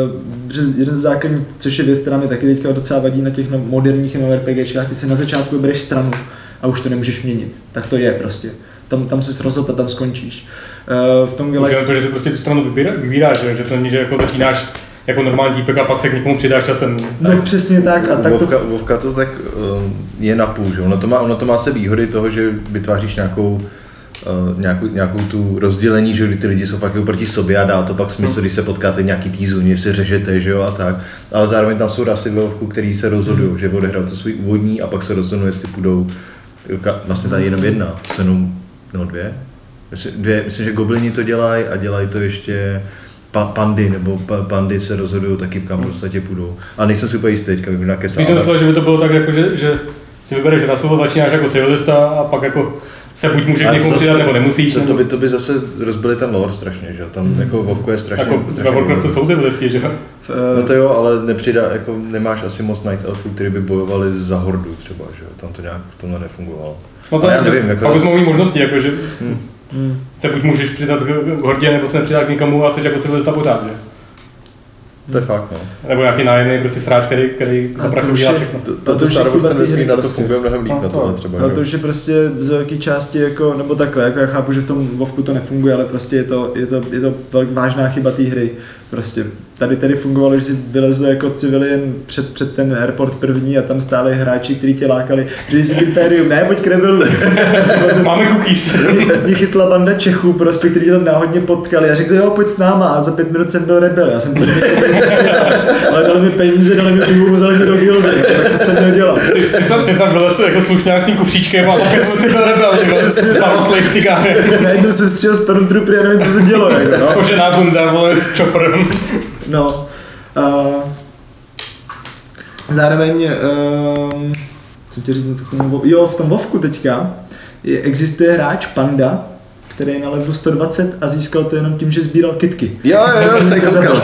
uh, jeden z základních, což je věc, která mi taky teďka docela vadí na těch no, moderních MMORPGčkách, ty si na začátku vybereš stranu a už to nemůžeš měnit. Tak to je prostě. Tam, tam se rozhodl a tam skončíš. Uh, v tom Galaxy... to, že si prostě tu stranu vybírá, vybíráš, že to není, že jako začínáš jako normální dípek a pak se k někomu přidáš časem. No tak, přesně tak. A tak Vovka, to... Vovka to tak uh, je napůl, že? Ono to má, ono to má se výhody toho, že vytváříš nějakou Uh, nějakou, nějakou tu rozdělení, že ty lidi jsou fakt proti sobě a dá to pak smysl, když se potkáte v nějaký té zóně, si řežete, že jo, a tak. Ale zároveň tam jsou rasy ve Vovku, který se rozhodují, že odehrajou to svůj úvodní a pak se rozhodnou, jestli půjdou, vlastně tady jenom jedna, se jenom, no dvě, myslím, dvě, myslím, že goblini to dělají a dělají to ještě pa, pandy, nebo pa, pandy se rozhodují taky, kam prostě půjdou. Ale nejsem si úplně jistý teďka, bych nakecál. Když jsem myslel, že by to bylo tak, jako, že, že si vybereš rasu, začínáš jako civilista a pak jako se buď může k někomu přidat, nebo nemusíš. To, to, by, to by zase rozbili ten lore strašně, že tam mm. jako Vovko je strašně... Jako ve Warcraftu jsou civilisti, že? No to jo, ale nepřidá, jako nemáš asi moc Night Elfů, kteří by bojovali za hordu třeba, že tam to nějak v tomhle nefungovalo. No to já nevím, jako... Pak bys mohl mít možnosti, jako že hmm. Hmm. se buď můžeš přidat k hordě, nebo se nepřidat k někomu a jsi jako civilista pořád, že? To je fakt, no. Nebo nějaký nájemný prostě sráč, který, který za prachy udělá všechno. To, to, to, to Star Wars ten vesmír na to funguje mnohem líp, no, na tohle třeba. No to už je prostě z velké části jako, nebo takhle, jako já chápu, že v tom Vovku to nefunguje, ale prostě je to, je to, je to vážná chyba té hry. Prostě tady tady fungovalo, že si vylezl jako civilian před, před ten airport první a tam stáli hráči, kteří tě lákali, že jsi Imperium, ne, pojď k rebelu. Máme cookies. Mě chytla banda Čechů, prostě, kteří tam náhodně potkali a řekli, jo, pojď s náma a za pět minut jsem byl rebel. Já jsem to ale dali mi peníze, dali mi pivu, vzali mi do gildy, tak to jsem měl dělat. Ty jsi tam, ty jsi tam vylezl jako slušňák s tím kufříčkem a za pět minut jsi byl rebel, samoslej s cigáry. Najednou jsem střel Stormtrooper a nevím, co se dělo. Kožená bunda, vole, chopper. No, uh, Zároveň, uh, co ti říct na takovou, jo, v tom Vovku teďka je, existuje hráč Panda, který je na levelu sto dvacet a získal to jenom tím, že sbíral kitky. Jo, jo, jo, jsem koukal.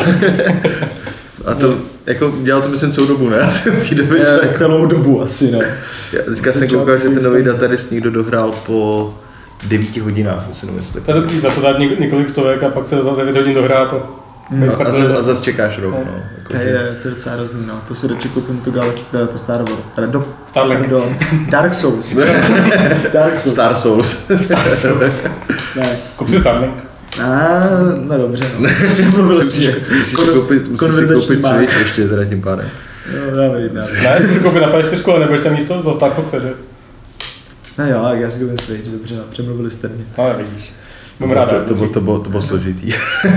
A to, no. jako, dělal to myslím celou dobu, ne? Já jsem v té době je, celou dobu asi, no. Já teďka jsem koukal, že ten nový datarist někdo dohrál po devíti hodinách, musím nemyslet. To je dobrý, za to dát několik stovek a pak se za devět hodin dohrát a... No, a, zase, a zase čekáš rok, no. no jako, to, je, to je docela hrozný, no. To se dočekal tu Galaxy, teda to Star Wars, teda do... Starlink. Pardon. Dark Souls. Dark Souls. Star Souls. Star Souls. Ne. Kup si Starlink. A, no dobře, no. Mluvil si, musíš si koupit, musíš si koupit Switch ještě teda tím pádem. Jo, já vím, já vím. Ne, ty koupit na P S čtyři, ale nebudeš tam místo za Star Foxe, že? No jo, já si koupím Switch, dobře, no, přemluvili jste mě. No, vidíš. No, to, to, bylo, to, bylo, to bylo složitý.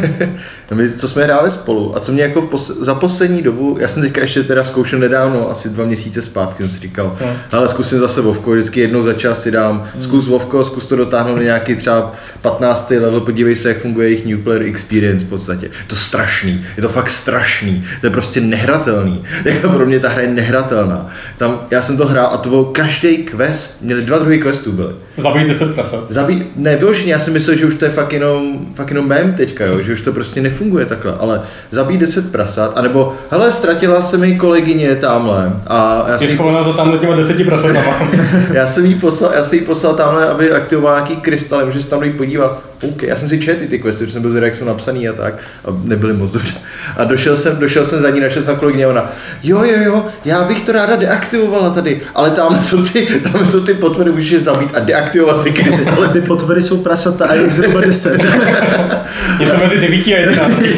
My, co jsme hráli spolu a co mě jako v pos, za poslední dobu, já jsem teďka ještě teda zkoušel nedávno, asi dva měsíce zpátky, jsem si říkal, no. Ale zkusím zase Vovko, vždycky jednou za čas si dám, mm. zkus Vovko, zkus to dotáhnout na nějaký třeba patnáctý level, podívej se, jak funguje jejich New Player Experience v podstatě. To strašný, je to fakt strašný, to je prostě nehratelný, jako pro mě ta hra je nehratelná. Tam, já jsem to hrál a to byl každý quest, měli dva druhý questů byly. Zabij deset prasat. Zabij, ne, vyloženě, já si myslel, že už to je fakt jenom, fakt jenom mém teďka, jo, že už to prostě nefunguje takhle, ale zabij deset prasat, anebo, hele, ztratila se mi kolegyně tamhle a já jsem... Je schovaná za tamhle těma deseti prasatama. já jsem jí poslal, já jsem jí poslal tamhle, aby aktivoval nějaký krystaly, můžeš se tam dojít podívat. OK, já jsem si četl ty questy, protože jsem byl zvědavý, jak jsou napsaný a tak, a nebyly moc dobře. A došel jsem, došel jsem za ní, našel jsem kolegyně a ona, jo, jo, jo, já bych to ráda deaktivovala tady, ale tam jsou ty, tam jsou ty potvory, můžeš je zabít a deaktivovat ty krystaly. Ty potvory jsou prasata a jich zhruba deset. Je to mezi devíti a jedenácti.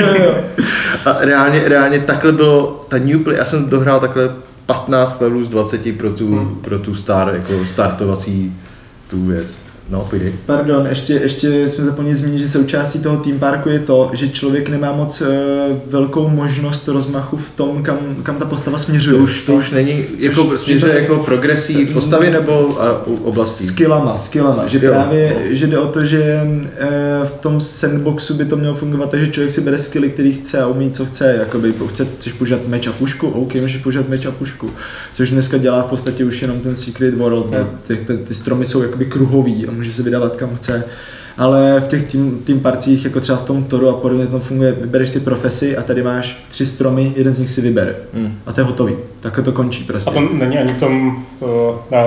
A reálně, reálně takhle bylo, ta New Play, já jsem dohrál takhle patnáct levelů z dvaceti pro tu, hmm. pro tu star, jako startovací tu věc. No, půjde. Pardon, ještě, ještě jsme zapomněli zmínit, že součástí toho team parku je to, že člověk nemá moc uh, velkou možnost rozmachu v tom, kam, kam ta postava směřuje. To už, to už není, což, jako, směřuje jako progresí postavy nebo a, oblastí? Skillama, skillama, že jo, právě, no. Že jde o to, že uh, v tom sandboxu by to mělo fungovat tak, že člověk si bere skilly, který chce a umí, co chce, jakoby, chce, chceš používat meč a pušku, OK, můžeš používat meč a pušku, což dneska dělá v podstatě už jenom ten Secret World, no. ty, ty, ty stromy jsou jakoby kruhový, může se vydávat kam chce, ale v těch tým, tým parcích, jako třeba v tom Toru a podobně, to funguje, vybereš si profesi a tady máš tři stromy, jeden z nich si vybere hmm. a to je hotový, takhle to končí prostě. A to není ani v tom, uh, na,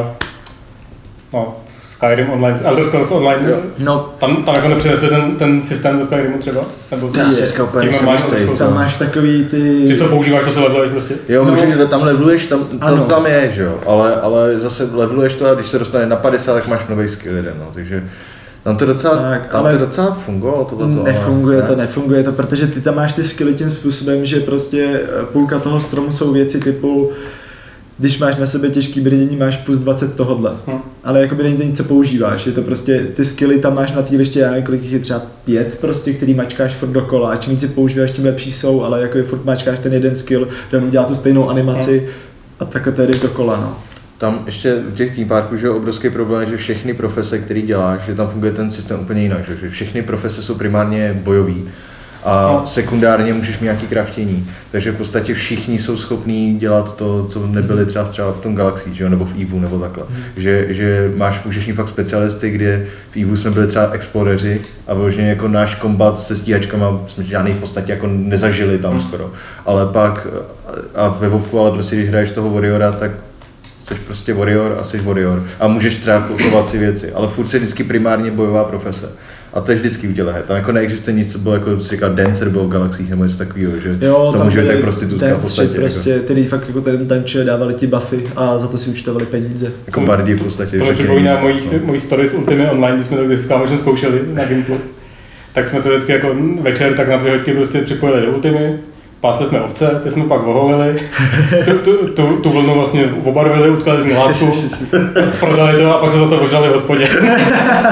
no, Skyrim Online, Elder Scrolls Online, jo. No, tam, tam jako nepřinesli ten, ten systém ze Skyrimu třeba? Nebo já si říkal, úplně tam máš takový ty... Že co používáš, to se leveluješ prostě? Jo, no. Můžeš, tam leveluješ, tam, to, to tam je, že jo, ale, ale zase leveluješ to a když se dostane na padesát, tak máš nový skill jeden, no, takže... Tam to docela, tak, tam to docela fungovalo tohleto. Nefunguje ne? to, nefunguje to, protože ty tam máš ty skilly tím způsobem, že prostě půlka toho stromu jsou věci typu když máš na sebe těžký brnění, máš plus dvacet tohodle, hmm. ale jakoby není to nic, co používáš, je to prostě, ty skilly tam máš na té ještě, já nevím, kolik jich je třeba pět prostě, který mačkáš furt dokola a čím víc používáš, tím lepší jsou, ale jakoby furt mačkáš ten jeden skill, ten udělá tu stejnou animaci hmm. a takhle to jdeš dokola, no. Tam ještě u těch team parků, že je obrovský problém, že všechny profese, které děláš, že tam funguje ten systém úplně jinak, že všechny profese jsou primárně bojový a sekundárně můžeš mít nějaký craftění, takže v podstatě všichni jsou schopní dělat to, co nebyli třeba, třeba v tom Galaxy, že jo, nebo v Evu nebo takhle, hmm. že, že máš, můžeš mít fakt specialisty, kde v Evu jsme byli třeba exploreři a vyloženě jako náš kombat se stíhačkama jsme žádný v podstatě jako nezažili tam hmm. skoro, ale pak a ve Vovku, ale prostě když hraješ toho Warriora, tak jsi prostě warrior a jsi warrior a můžeš třeba kupovat si věci, ale furt se vždycky primárně bojová profese. A to je vždycky u těle her. Tam jako neexistuje nic, co bylo jako si říkal dancer byl v Galaxiích nebo něco takového, že jo, tam může být tak prostitutka v podstatě. Prostě, jako. Který fakt jako ten tanče dávali ti buffy a za to si účtovali peníze. Jako bardi v podstatě. To mi připomíná mojí, mojí story z Ultimy Online, když jsme to vždycky možná zkoušeli na Gimplu. Tak jsme se vždycky jako večer tak na dvě hodky prostě připojili do Ultimy. Pásli jsme ovce, ty jsme pak oholili, tu, tu, tu, tu vlnu vlastně obarvili, utkali jsme látku, prodali to a pak se za to požali v hospodě.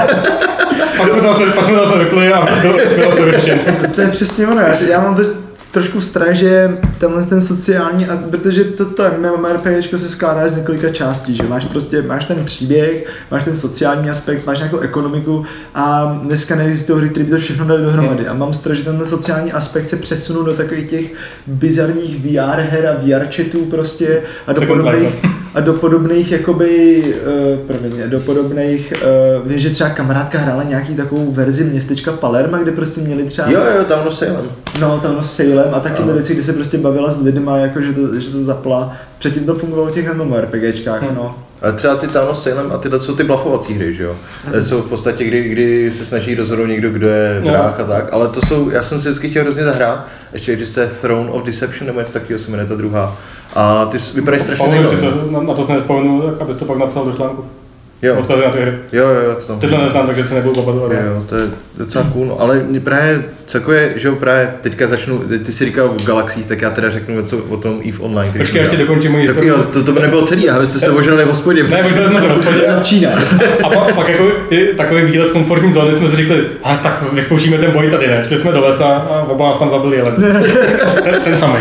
pak jsme to zase vypli a bylo, bylo to vyřešené. To je přesně ono, já, si, já mám to trošku strach, že tenhle ten sociální, protože toto MMORPGčko se skládá z několika částí, že máš prostě, máš ten příběh, máš ten sociální aspekt, máš nějakou ekonomiku a dneska neexistují hry, které by to všechno dali dohromady a mám strach, že ten sociální aspekt se přesunul do takových těch bizarních V R her a V R chatů prostě a do podobných, a do podobných jakoby, uh, promiň, do podobných, uh, vím, že třeba kamarádka hrála nějaký takovou verzi městečka Palerma, kde prostě měli třeba... Jo, jo, Town of Salem. No, Town of Salem a taky ty věci, kdy se prostě bavila s lidma, jako že to, že to zapla. Předtím to fungovalo v těch MMORPGčkách, hmm. no. Ale třeba ty Town of Salem a tyhle jsou ty blafovací hry, že jo? Hmm. Jsou v podstatě, kdy, kdy se snaží rozhodnout někdo, kdo je vrah a tak, ale to jsou, já jsem si vždycky chtěl hrozně zahrát, ještě existuje Throne of Deception, nebo něco takového se jmenuje ta druhá. A ty vypadají strašně zajímavě. Na, na to se nespomenu, aby to pak napsal do článku. Jo. Odkazy na ty hry. Jo, jo, to Tyhle neznám, takže se nebudu pamatovat. Jo, to je docela cool, no. Ale právě celkově, že jo, právě teďka začnu, ty jsi říkal o Galaxies, tak já teda řeknu něco o tom EVE Online. Počkej, ještě dokončím moji historii. To, to by nebylo celý, a vy jste se ožrali v hospodě. Ne, možná jsme se v hospodě. Začíná. A pak, pak jako, takový výlet z komfortní zóny jsme si řekli, a tak vyzkoušíme ten boj tady, ne? Šli jsme do lesa a oba nás tam zabili jelen. Ten samý.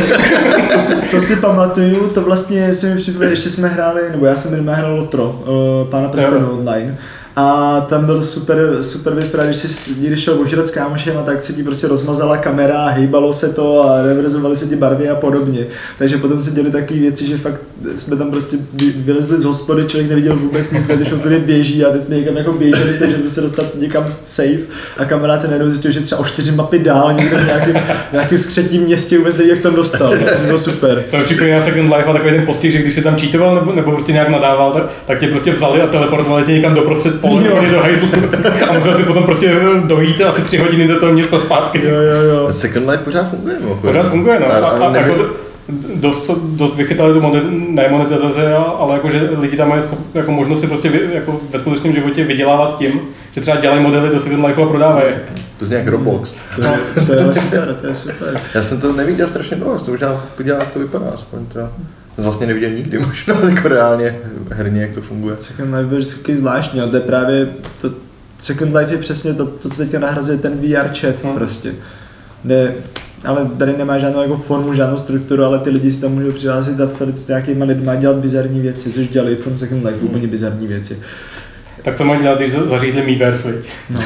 To si, to si pamatuju, to vlastně si mi připadá, ještě jsme hráli, nebo já jsem minimálně hrál Lotro, uh, Pána prstenů online. A tam byl super, super věc, právě když jsi když šel ožrat s kámošem a tak se ti prostě rozmazala kamera, hejbalo se to a reverzovaly se ti barvy a podobně. Takže potom se děly takové věci, že fakt jsme tam prostě vylezli z hospody, člověk neviděl vůbec nic, když úplně běží a teď jsme někam jako běželi, takže jsme se dostali někam safe a kamarád se najednou zjistil, že třeba o čtyři mapy dál někde v nějakém, nějakém skřetím městě vůbec neví, jak se tam dostal. To bylo super. To připomíná Second Life a takový ten postih, že když si tam cheatoval nebo, nebo prostě nějak nadával, tak, tak tě prostě vzali a teleportovali tě někam doprostřed pole do hajzlu a musel si potom prostě dojít asi tři hodiny do toho města zpátky. Jo, jo, jo. Second Life pořád funguje, mohu. Pořád funguje, no. A, a, a jako dost, dost vychytali tu nemonetizaci, ale jako, že lidi tam mají jako možnost si prostě vy, jako ve skutečném životě vydělávat tím, že třeba dělají modely do Second Life a prodávají. To je nějak Roblox. To, to je super, to je super. Já jsem to neviděl strašně dlouho, to možná podívat, jak to vypadá aspoň teda. Jsem vlastně neviděl nikdy možná jako reálně herně, jak to funguje. Second Life byl vždycky zvláštní, ale to je právě, to, Second Life je přesně to, to co teďka nahrazuje ten V R chat hmm. prostě. Kde, ale tady nemá žádnou jako formu, žádnou strukturu, ale ty lidi si tam můžou přihlásit a s nějakýma lidma dělat bizarní věci, což dělali v tom Second Life, hmm. úplně bizarní věci. Tak co mají dělat, když zařízli Miiverse, viď? No.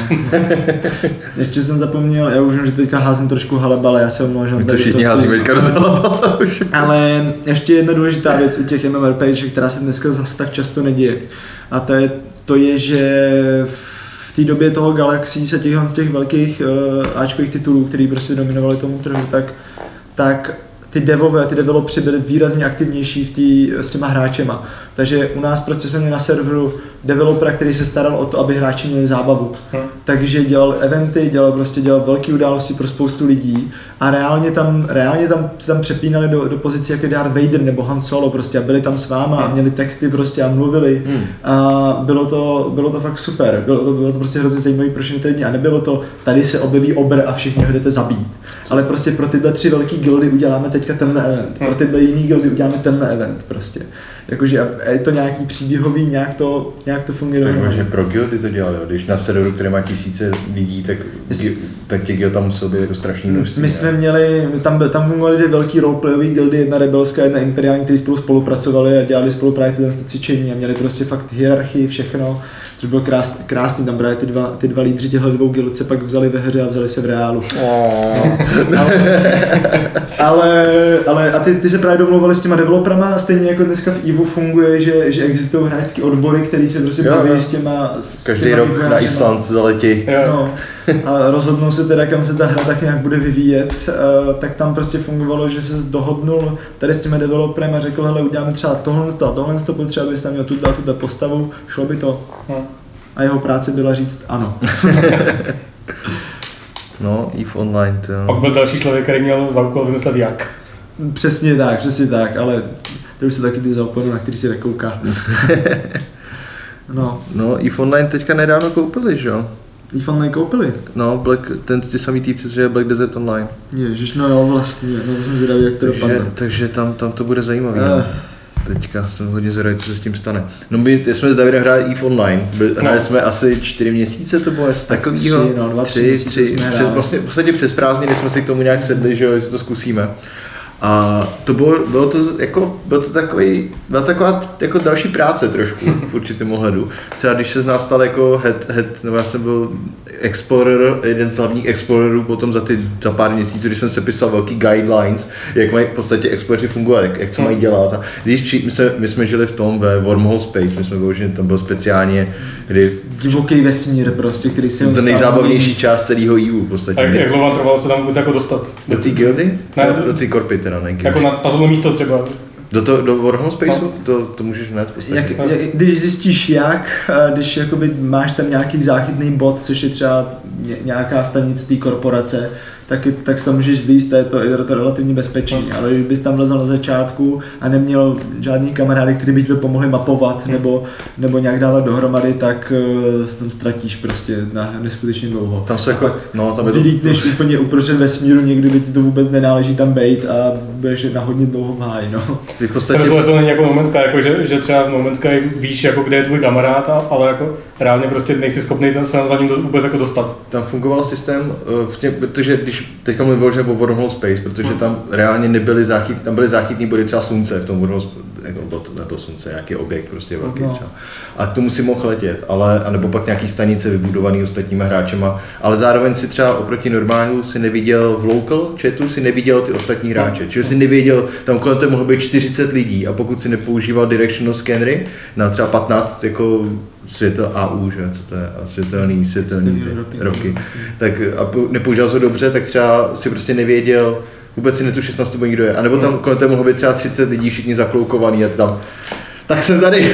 Ještě jsem zapomněl, já už vím, že teďka házím trošku halaba, ale já se omlouvám. My to všichni házíme teďka do halaba. Ale ještě jedna důležitá věc u těch MMORPG, která se dneska zase tak často neděje. A to je, to je že v té době toho Galaxy se těch z těch velkých uh, áčkových titulů, který prostě dominovali tomu trhu, tak, tak ty devové, ty developři byli výrazně aktivnější v tý, s těma hráčema. Takže u nás prostě jsme měli na serveru developera, který se staral o to, aby hráči měli zábavu. Hmm. Takže dělal eventy, dělal prostě dělal velké události pro spoustu lidí a reálně tam, reálně tam se tam přepínali do, do pozice jako Darth Vader nebo Han Solo prostě a byli tam s váma a měli texty prostě a mluvili hmm. a bylo to, bylo to fakt super. Bylo to, bylo to prostě hrozně zajímavé pro všechny ty lidi a nebylo to, tady se objeví obr a všichni ho jdete zabít. Ale prostě pro tyhle tři velké guildy uděláme teďka tenhle event, pro tyhle jiný guildy uděláme tenhle event prostě. Jakože je to nějaký příběhový, nějak to, nějak to funguje. Tak možná pro guildy to dělali, když na serveru, který má tisíce lidí, tak, Jsi... tak těch guild tam muselo být jako strašný množství. My jsme měli, tam, tam fungovaly dvě velký roleplayové guildy, jedna rebelská, jedna imperiální, které spolu spolupracovali a dělali spolu právě tyhle cvičení a měli prostě fakt hierarchii, všechno, což bylo krás, krásný, tam právě ty dva, ty dva lídři těchto dvou guild se pak vzali ve hře a vzali se v reálu. Oh. No, ale, ale, ale a ty, ty se právě domlouvali s těma developerama, stejně jako dneska v EVE funguje, že, že existují hráčský odbory, který se prostě baví s těma s každý těma rok na Island zaletí. No, a rozhodnou se teda, kam se ta hra tak nějak bude vyvíjet, tak tam prostě fungovalo, že se dohodnul tady s těmi developerem a řekl, hele, uděláme třeba tohle a tohle to potřeba, abyste tam měl tuto a tuto postavu, šlo by to. A jeho práce byla říct ano. No, EVE Online, to jo. Pak byl další člověk, který měl za úkol vymyslet jak. Přesně tak, přesně tak, ale to už jsou taky ty za úkol, na který si nekouká. No. No, EVE Online teďka nedávno koupili, že jo? EVE Online koupili? No, Black, ten ty samý týpci, že je Black Desert Online. Ježiš, no jo, vlastně, no to jsem zvědavý, jak to dopadne. Takže tam, tam to bude zajímavý. Uh. teďka jsem hodně zvědavý, co se s tím stane. No my jsme s Davidem hráli EVE Online, hráli no. jsme asi čtyři měsíce, to bylo z takovýho, tři, no, dva, tři, tři, tři, tři před, vlastně v podstatě přes prázdniny jsme si k tomu nějak sedli, že jo, jestli to zkusíme. A to bylo, bylo to jako, bylo to takový, byla taková jako další práce trošku v určitém ohledu. Třeba když se z nás stal jako head, head, nebo já jsem byl explorer, jeden z hlavních explorerů potom za ty, za pár měsíců, když jsem sepisal velký guidelines, jak mají v podstatě exploreři fungovat, jak, jak co mají dělat. A když my, se, my jsme žili v tom ve Wormhole Space, my jsme vyložili, tam byl speciálně, kdy divoký vesmír prostě, který si to nejzábavnější část celého E U v podstatě. A jak dlouho trvalo se tam vůbec jako dostat? Do té guildy? Ne, do, do té korpy teda, ne jako na, na tohle místo třeba. Do, to, do Wormhole Spaceu? No. To, to můžeš hned jak, jak, když zjistíš jak, když jakoby máš tam nějaký záchytný bod, což je třeba nějaká stanice té korporace, tak, tak se můžeš výjist, to je to, je to relativně bezpečný, no. Ale když bys tam vlezl na začátku a neměl žádný kamarády, kteří by ti to pomohli mapovat nebo, nebo nějak dávat dohromady, tak uh, se tam ztratíš prostě na neskutečně dlouho. Tam se jako, no, tam je to... Vylítneš úplně uprostřed vesmíru, někdy by ti to vůbec nenáleží tam bejt a budeš na hodně dlouho v háji, no. Ty v podstatě... To není jako No Man's Sky, jako že, že třeba v No Man's Sky víš, jako kde je tvůj kamarád, ale jako reálně prostě nejsi schopný se za ním vůbec jako dostat. Tam fungoval systém, v tě, protože když teďka mluvím vyloženě o Wormhole Space, protože tam reálně nebyly záchyt, tam byly záchytný body třeba slunce v tom Wormhole jako to nebylo slunce, nějaký objekt prostě velký no. třeba. A k tomu si mohl letět, ale, anebo pak nějaký stanice vybudovaný ostatníma hráčema, ale zároveň si třeba oproti normálu si neviděl v local chatu, si neviděl ty ostatní hráče, čili si nevěděl, tam kolem toho mohlo být čtyřicet lidí a pokud si nepoužíval directional scannery na třeba patnáct jako světel A U, že? Co to je? A světelný, světelný roky, roky. Tak a nepoužíval se dobře, tak třeba si prostě nevěděl, vůbec si netušil na stupně, kdo je. A nebo tam kolem toho mohlo být třeba třicet lidí, všichni zakloukovaný a tam tak jsem tady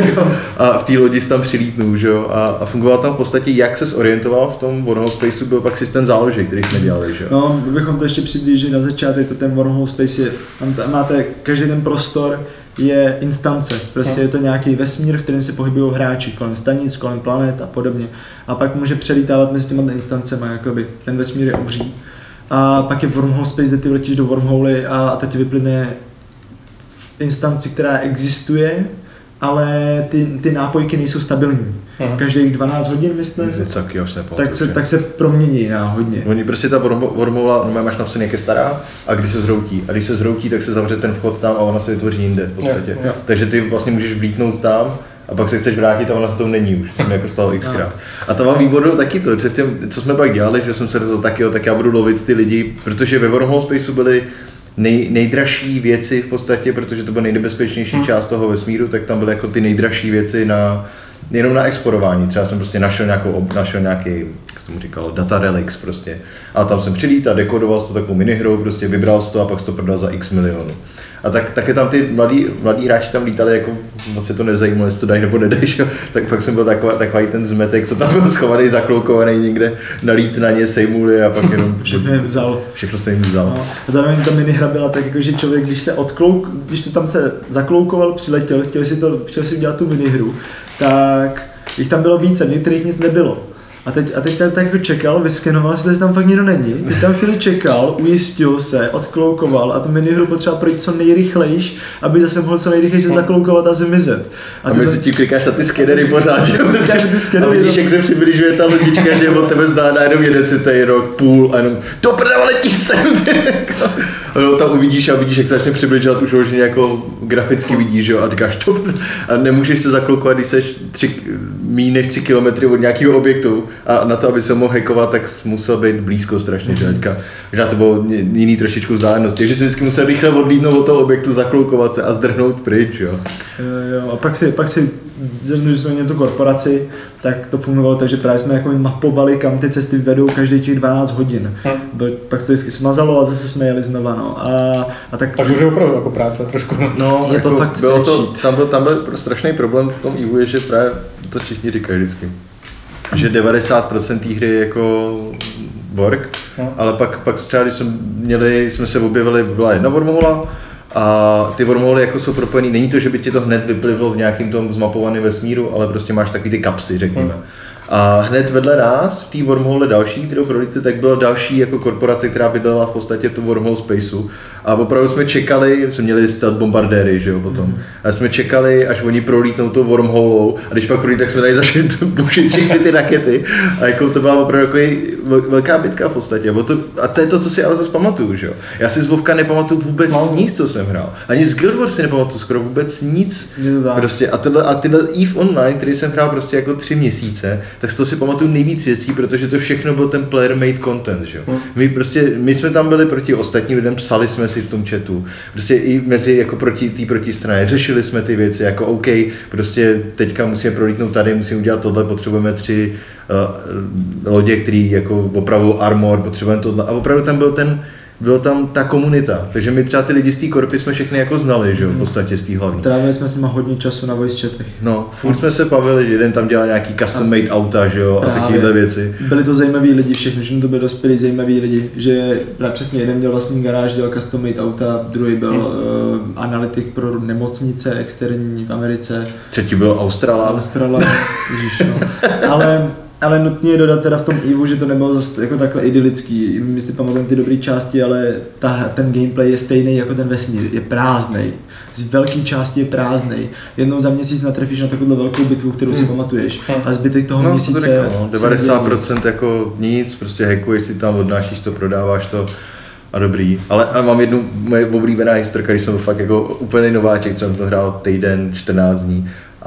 a v té lodi tam přilítnul, že jo, a, a fungoval tam v podstatě, jak se zorientoval v tom Wormhole Spaceu, byl pak systém záložek, který jsme dělali, že jo. No, bychom to ještě přiblížili na začátek, to ten Wormhole Space je, tam máte, každý ten prostor je instance, prostě je to nějaký vesmír, v kterém se pohybují hráči, kolem stanic, kolem planet a podobně. A pak může přelítávat mezi těma instancemi, jakoby, ten vesmír je obří. A pak je Wormhole Space, kde ty letíš do wormholy a, a teď vyplyne instanci, která existuje, ale ty, ty nápojky nejsou stabilní. Aha. Každých dvanáct hodin, myslím, tak se, tak se promění náhodně. Oni prostě ta wormhola, no máš napsaný, jak je stará a když se zhroutí. A když se zhroutí, tak se zavře ten vchod tam a ona se vytvoří jinde v podstatě. Jo, jo. Takže ty vlastně můžeš vlítnout tam a pak se chceš vrátit a ona se tam není už, to mi jako stalo xkrát. A to mám výbornou taky to, že těm, co jsme pak dělali, že jsem se rozhodl taky, jo, tak já budu lovit ty lidi, protože ve Wormhole Spaceu byly nej, nejdražší věci v podstatě, protože to byla nejnebezpečnější hmm. část toho vesmíru, tak tam byly jako ty nejdražší věci na, jenom na explorování. Třeba jsem prostě našel, nějakou, našel nějaký, jak se tomu říkalo, data relics prostě. A tam jsem přilítal, dekodoval to takovou minihrou, prostě vybral to a pak to prodal za x milionů. A tak, také tam ty mladí, mladí hráči tam lítali, jako vlastně to nezajímalo, jestli to dají nebo nedají, tak pak jsem byl taková, takový ten zmetek, co tam byl schovaný, zakloukovaný někde, nalít na ně, sejmuli a pak jenom všechno jim vzal. Všechno se jim vzal. No. A zároveň ta minihra byla tak, jako, že člověk, když se odklouk, když to tam se zakloukoval, přiletěl, chtěl si, to, chtěl si udělat tu minihru, tak jich tam bylo více, některých nic nebylo. A teď, a teď tak, tak jako čekal, vyskenoval si, jestli tam fakt nikdo není. Teď tam chvíli čekal, ujistil se, odkloukoval a tu minihru potřeba projít co nejrychlejš, aby zase mohl co nejrychlejš se zakloukovat a zmizet. A, a mezi tím klikáš na ty skenery pořád, že? Klikáš na ty skenery. A vidíš, jak se přibližuje ta lodička, že je od tebe zdána jenom jeden citej rok, půl a jenom do prdele, letí sem! No, tam uvidíš a vidíš, jak se začne přibližovat, už už jako graficky vidíš, jo, a říkáš to a nemůžeš se zakloukovat, když seš tři, méně než tři kilometry od nějakého objektu a na to, aby se mohl hackovat, tak musel být blízko strašně, že teďka, že to bylo jiný trošičku vzdálenost, takže si vždycky musel rychle odlítnout od toho objektu, zakloukovat se a zdrhnout pryč, jo. Jo, jo a pak si, pak si když jsme měli tu korporaci, tak to fungovalo tak, že právě jsme jako mapovali, kam ty cesty vedou každý těch dvanáct hodin. Hmm. Pak se to vždycky smazalo a zase jsme jeli znova. No. A, a tak, tak už je opravdu jako práce trošku. No, je jako to fakt bylo to, tam, byl, tam byl strašný problém v tom E U, je, že právě to všichni říkají vždycky. Že devadesát procent té hry je jako work, no. Ale pak, pak třeba, když jsme, měli, jsme se objevili, byla jedna wormhola, a ty wormholy jako jsou propojený, není to, že by ti to hned vyplivlo v nějakým tom zmapovaném vesmíru, ale prostě máš takový ty kapsy, řekněme. Hmm. A hned vedle nás, v té wormhole další, kterou prolítli, tak byla další jako korporace, která bydlela v podstatě v tom wormhole spaceu. A opravdu jsme čekali, jsme měli stealth bombardéry, že jo, potom. Mm. A jsme čekali, až oni prolítnou tou wormholou, a když pak prolítli, tak jsme tady začali bušit všechny ty rakety. A jako to byla opravdu jako velká bitka v podstatě. To, a to je to, co si ale zase pamatuju, že jo. Já si z Vovka nepamatuju vůbec no. nic, co jsem hrál. Ani z Guild Wars si nepamatuju skoro vůbec nic. Prostě a tyhle, a tyhle EVE Online, který jsem hrál prostě jako tři měsíce, tak z toho si pamatuju nejvíc věcí, protože to všechno byl ten player made content, že jo. Mm. My prostě, my jsme tam byli proti ostatním lidem, psali jsme si v tom chatu, prostě i mezi jako proti té protistraně, řešili jsme ty věci, jako OK, prostě teďka musíme prolítnout tady, musíme udělat tohle, potřebujeme tři uh, lodě, který jako opravdu armor, potřebujeme tohle a opravdu tam byl ten byla tam ta komunita, takže my třeba ty lidi z té korpy jsme všechny jako znali, že jo, v podstatě z té hlavní. Trávili jsme s nimi hodně času na voice chatech. No, furt jsme se bavili, že jeden tam dělal nějaký custom made auta, že jo, a takovéhle věci. Byli to zajímaví lidi, všechno, že to byli dospělí zajímaví lidi, že přesně jeden měl vlastní garáž, dělal custom made auta, druhý byl hmm. uh, analytik pro nemocnice externí v Americe. Třetí byl Australán. Australán, ježiš, no. Ale Ale nutně je dodat teda v tom EVU, že to nebylo zase jako takhle idylický. My si pamatujeme ty dobré části, ale ta, ten gameplay je stejný jako ten vesmír, je prázdnej. Z velké části je prázdnej. Jednou za měsíc natrefíš na takovou velkou bitvu, kterou si hmm. pamatuješ. A zbytek toho no, měsíce... To no, devadesát procent jako nic, prostě hackuješ si tam, odnášíš to, prodáváš to a dobrý. Ale, ale mám jednu moje oblíbená historka, když jsem byl fakt jako úplně nováček, třeba jsem to hrál týden, čtrnáct dní.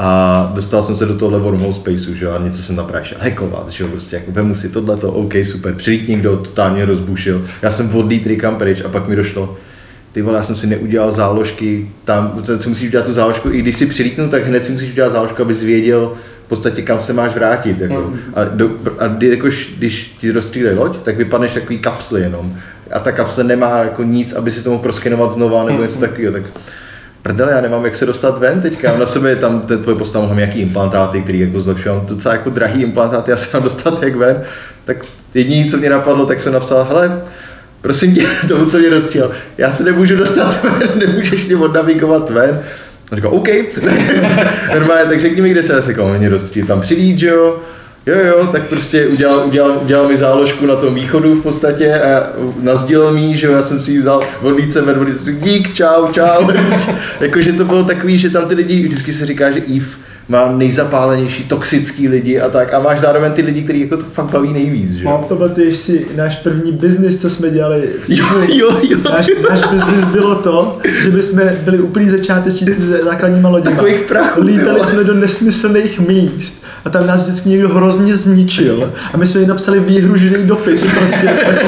A dostal jsem se do tohle wormhole spaceu, že jo, a něco jsem tam právě šel hackovat, že jo, prostě jako vemu si tohleto, OK, super, přijít někdo, totálně rozbušil. Já jsem odlít rikam pryč a pak mi došlo, ty vole, já jsem si neudělal záložky, tam, si musíš udělat tu záložku, i když si přilítnu, tak hned si musíš udělat záložku, abys věděl v podstatě, kam se máš vrátit, jako. A, do, a kdy, jako, když ti rozstřílej loď, tak vypadneš takový kapsly jenom. A ta kapsle nemá jako nic, aby si to mohl proskenovat znova, nebo něco takového, tak prdele, já nemám jak se dostat ven teďka, mám na sebe tam ten tvoj postav, mám nějaký implantáty, který jako zlepšují, mám docela jako drahý implantáty, já se mám dostat jak ven, tak jediné, co mě napadlo, tak jsem napsal, hele, prosím tě, tomu, co mě rozstřílel, já se nemůžu dostat ven, nemůžeš mě odnavigovat ven. A říkal, OK, normálně, tak řekni mi, kde se, já říkal, mě rozstřílel, tam přijít, že jo, Jo, jo, tak prostě udělal, udělal, udělal mi záložku na tom východu v podstatě a nasdílel mi, že já jsem si ji vzal odlíce, odlíce, dík, čau, čau. Jakože to bylo takový, že tam ty lidi, vždycky se říká, že EVE má nejzapálenější, toxický lidi a tak a máš zároveň ty lidi, kteří jako to fakt baví nejvíc, že? No, pamatuješ si náš první biznis, co jsme dělali? Jo, jo, jo. Náš, náš biznis bylo to, že my jsme byli úplný začátečníci s základníma loděma. Takových prachů. Lítali jsme do nesmyslných míst a tam nás vždycky někdo hrozně zničil a my jsme jí napsali výhružený dopis prostě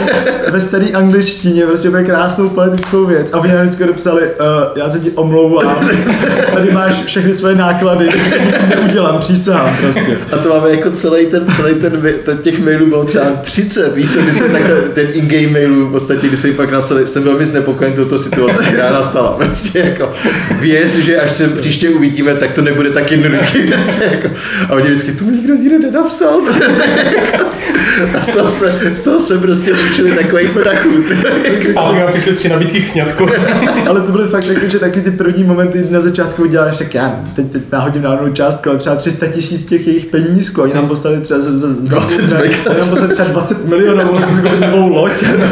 ve staré angličtině, prostě úplně krásnou politickou věc a oni nám vždycky dopsali, uh, já se ti omlouvám, tady máš všechny své náklady, neudělám, přísahám prostě. A to máme jako celý ten, celý ten, ten těch mailů bylo třeba třicet, víš co, když jsem takhle, ten in-game mailů v podstatě, když jsem pak napsali, jsem velmi znepokojen touto situaci, která nastala. Prostě jako, věc, že až se příště uvidíme, tak to nebude tak jednoduché. Jako, a oni vždycky, to mi nikdo nikdo nenapsal. A z toho jsme, z toho jsme prostě učili takových prachů. A tak nám přišly tři nabídky k sňatku. Ale to byly fakt takový, že taky ty první momenty na začátku uděláš, tak já teď, teď náhodím náhodnou částku, ale třeba tři sta tisíc těch jejich penízků, oni nám poslali třeba za, za, za dvacet, ne, oni nám poslali třeba dvacet milionů, mohli jsme koupit novou loď.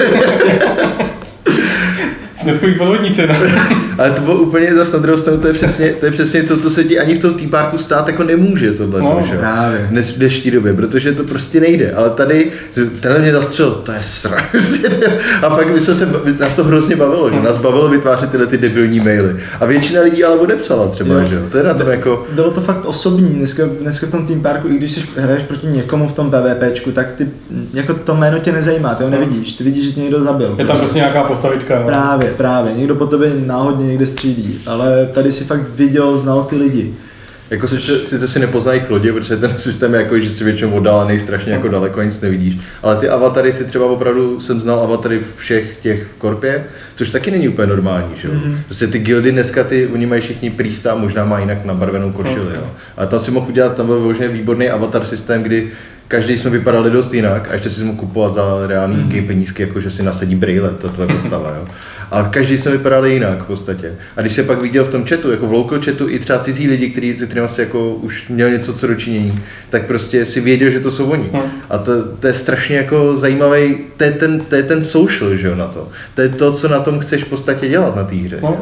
Snědkový podvodníci, ne? Ale to bylo úplně zase na druhou stranu, to je přesně to, je přesně to, co se ti ani v tom týpárku stát jako nemůže tohle, no, že? Právě. Dnes, v dnešní době, protože to prostě nejde, ale tady, tenhle mě zastřelil, to je sra. A pak my jsme se, nás to hrozně bavilo, že? Nás bavilo vytvářet tyhle ty debilní maily. A většina lidí ale odepsala třeba, jo. Že? To je na tom jako... Bylo to fakt osobní, dneska, dneska v tom týmpárku, i když jsi hraješ proti někomu v tom PvPčku, tak ty, jako to jméno tě nezajímá, ty ho nevidíš, ty vidíš, že tě někdo zabil. Je tam prostě nějaká postavička. No. Právě, právě, někdo po tobě náhodně někde střílí, ale tady si fakt viděl, znal ty lidi. Jako Což... sice, sice si nepoznají lodě, protože ten systém je jako, že si většinou oddálený strašně jako daleko a nic nevidíš. Ale ty avatary si třeba opravdu, jsem znal avatary všech těch v korpě, což taky není úplně normální, že jo. Mm-hmm. Prostě ty guildy dneska, ty, oni mají všichni prýsta, možná má jinak nabarvenou košili, okay. Jo. A tam si mohl udělat, tam byl vyloženě výborný avatar systém, kdy každý jsme vypadali dost jinak a ještě si mohl kupovat za reální mm-hmm. penízky, jako že si nasadí brejle, to tvoje postava, jo. A každý jsme vypadali jinak v podstatě. A když se pak viděl v tom chatu, jako v local chatu i třeba cizí lidi, kteří kterými vlastně jako už měl něco co dočinění, tak prostě si věděl, že to jsou oni. Hmm. A to, to je strašně jako zajímavý, to je ten, to je ten social, že jo, na to. To je to, co na tom chceš v podstatě dělat na té hře. Hmm.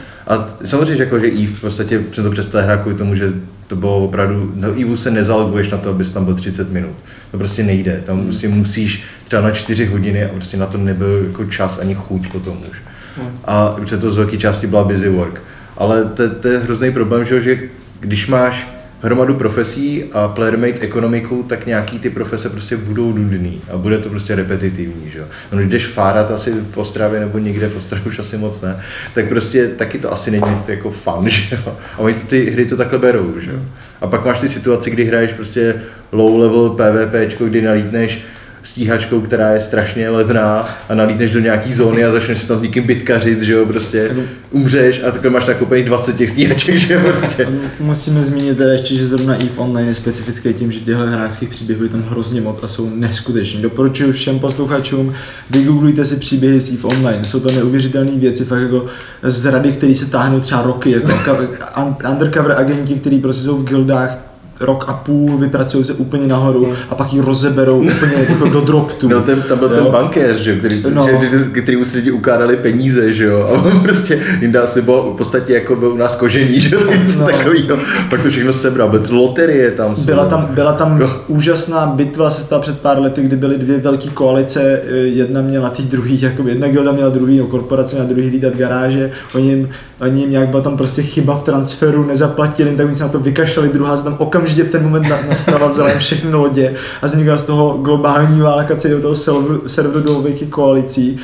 A samozřejmě, jako, že Eve v podstatě jsem to přestal hrát kvůli tomu, že to bylo opravdu, na Evu se nezaloguješ na to, abys tam byl třicet minut. To prostě nejde, tam hmm. prostě musíš třeba na čtyři hodiny a prostě na to nebyl jako čas ani chuť potom už. Hmm. A protože to z velké části byla busy work. Ale to, to je hrozný problém, že když máš hromadu profesí a player-made ekonomiku, tak nějaký ty profese prostě budou nudný a bude to prostě repetitivní, že jo. No, když jdeš fárat asi v Ostravě nebo někde, v Ostravě už asi moc ne, tak prostě taky to asi není jako fun, že jo. A oni ty hry to takhle berou, že jo. A pak máš ty situaci, kdy hraješ prostě low level PvPčko, kdy nalítneš stíhačkou, která je strašně levná a nalítneš do nějaký zóny a začneš si tam s někým bitkařit, že jo, prostě umřeš a takhle máš nakoupených dvacet těch stíhaček, že jo, prostě. Musíme zmínit teda ještě, že zrovna EVE Online je specifické tím, že těchto hráčských příběhů je tam hrozně moc a jsou neskuteční. Doporučuji všem posluchačům, vygooglujte si příběhy z EVE Online, jsou to neuvěřitelné věci, fakt jako z rady, které se táhnou třeba roky, jako undercover agenti, kteří prostě jsou v guildách rok a půl, vypracují se úplně nahoru hmm. a pak ji rozeberou úplně jako do droptu. No ten, tam byl jo? ten bankéř, že, který, no. že, který si lidi ukládali peníze, že jo, a on prostě jim dal slibo, v podstatě jako byl u nás kožený, že to něco no. takovýho, pak to všechno sebral, byl loterie tam. Byla tam, byla tam no. úžasná bitva, se stala před pár lety, kdy byly dvě velké koalice, jedna měla tý druhý, jako jedna gilda měla druhý, no, korporace měla druhý hlídat garáže, oni jim, oni jim nějak byla tam prostě chyba v transferu, nezaplatili, tak oni se na to vykašlali, druhá se tam okamžitě v ten moment nastrala, vzala jim všechny lodě a vznikla z toho globální válka celého toho serveru do velkých koalicí.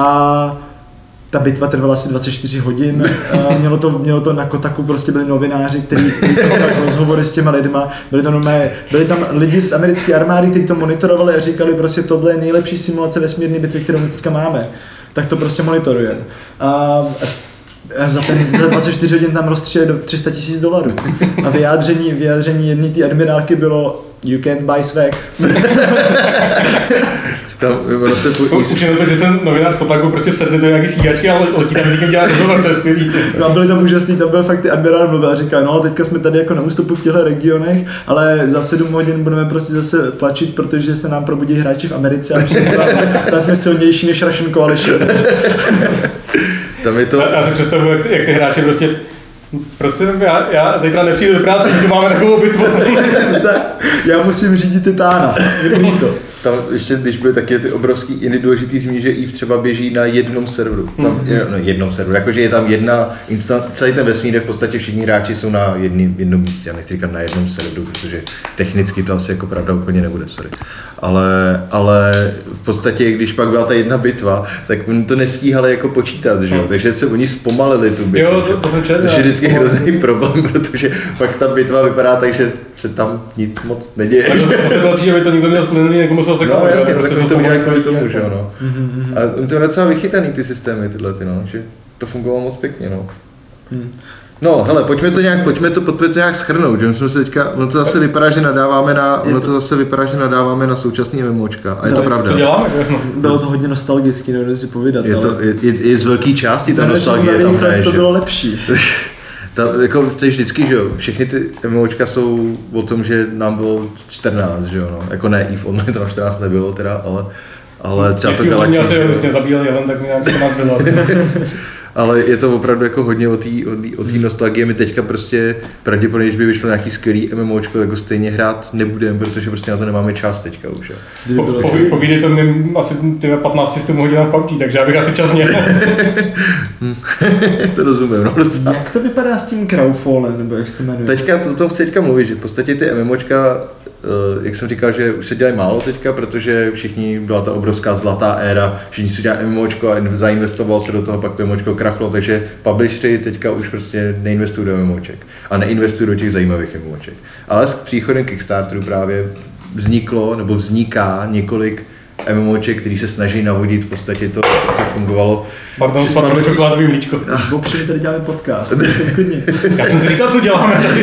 A ta bitva trvala asi dvacet čtyři hodin, a mělo to, mělo to na Kotaku, prostě byli novináři, kteří rozhovory s těma lidma, byli, to normálně, byli tam lidi z americké armády, kteří to monitorovali a říkali prostě tohle je nejlepší simulace vesmírné bitvy, kterou my teďka máme, tak to prostě monitorujeme. A za, ten, za dvacet čtyři hodin tam rozstříleli do tři sta tisíc dolarů. A vyjádření, vyjádření jedné té admirálky bylo you can't buy swag. Tam, se půj... Už jenom to, že jsem novinář po taku prostě sedne do nějaký stíhačky a letí tam s někým dělat rozhovor, to je skvělý. No a byli tam úžasný, tam byl fakt ty admirál mluvil a říká, no teďka jsme tady jako na ústupu v těchto regionech, ale za sedm hodin budeme prostě zase tlačit, protože se nám probudí hráči v Americe a tam jsme silnější než Russian Coalition. Tam je to... Já, já si představuji, jak, jak ty hráči prostě Prostě já, já zítra nepřijdu do práce, že tu máme takovou bitvu. Já musím řídit Titána, vidím to. Tam ještě, když byly taky ty obrovský jiný důležitý zmíny, že Eve třeba běží na jednom serveru. Tam, mm. je, no, jednom serveru, jakože je tam jedna instant, celý ten vesmír, v podstatě všichni hráči jsou na jedný, jednom místě, a nechci říkat na jednom serveru, protože technicky to asi jako pravda úplně nebude, sorry. Ale, ale v podstatě, když pak byla ta jedna bitva, tak oni to nestíhali jako počítat, že jo? Mm. Takže se oni zpomalili tu bitvu. Jo, to, to jsem četl. Což je vždycky hrozný problém, protože pak ta bitva vypadá tak, že se tam nic moc neděje. Takže to se tlačí, aby to nikdo měl splněný, jako musel se no, konat. No jasně, prostě tak to udělají kvůli tomu, že jo, no. Mm-hmm. A to je docela vychytaný ty systémy tyhle, ty, no, že to fungovalo moc pěkně, no. Mm. No, hele, pojďme to nějak, pojďme to, pojďme to nějak shrnout, že my jsme se teďka, ono to zase vypadá, že nadáváme na, ono to zase vypadá, že nadáváme na současný MMOčka, a je to pravda. To děláme, že? Bylo to hodně nostalgický, nevím si povídat, je to, ale... je, je, je z velké části ta nostalgie tam hraje, to bylo lepší. Ta, jako, to je vždycky, že jo, všechny ty MMOčka jsou o tom, že nám bylo čtrnáct, že jo, no. Jako ne, Eve Online to na čtrnáct nebylo teda, ale, ale třeba to Galaxy. Mě asi mě zabíjel Jelen, tak nějak čtrnáct bylo asi. Ale je to opravdu jako hodně o té o té nostalgie. My teďka prostě pravděpodobně, když by vyšlo nějaký skvělý MMOčko, tak ho stejně hrát nebudeme, protože prostě na to nemáme čas teďka už. Po, po, povídej to mě asi ty patnáct set hodin v P U B G, takže já bych asi čas měl. To rozumím, no docela. Jak to vypadá s tím Crowfallem, nebo jak se to jmenuje? Teďka to, to chci teďka mluvit, že v podstatě ty MMOčka, jak jsem říkal, že už se dělají málo teďka, protože všichni, byla ta obrovská zlatá éra, všichni si dělají MMOčko a zainvestoval se do toho, pak to MMOčko krachlo, takže publishery teďka už prostě neinvestují do MMOček a neinvestují do těch zajímavých MMOček. Ale s příchodem Kickstarteru právě vzniklo nebo vzniká několik MMOček, který se snaží navodit v podstatě to, co fungovalo. Pardon, spadlo čokoládový mlíčko. Popřejmě tady děláme podcast, já jsem si říkal, co děláme tady.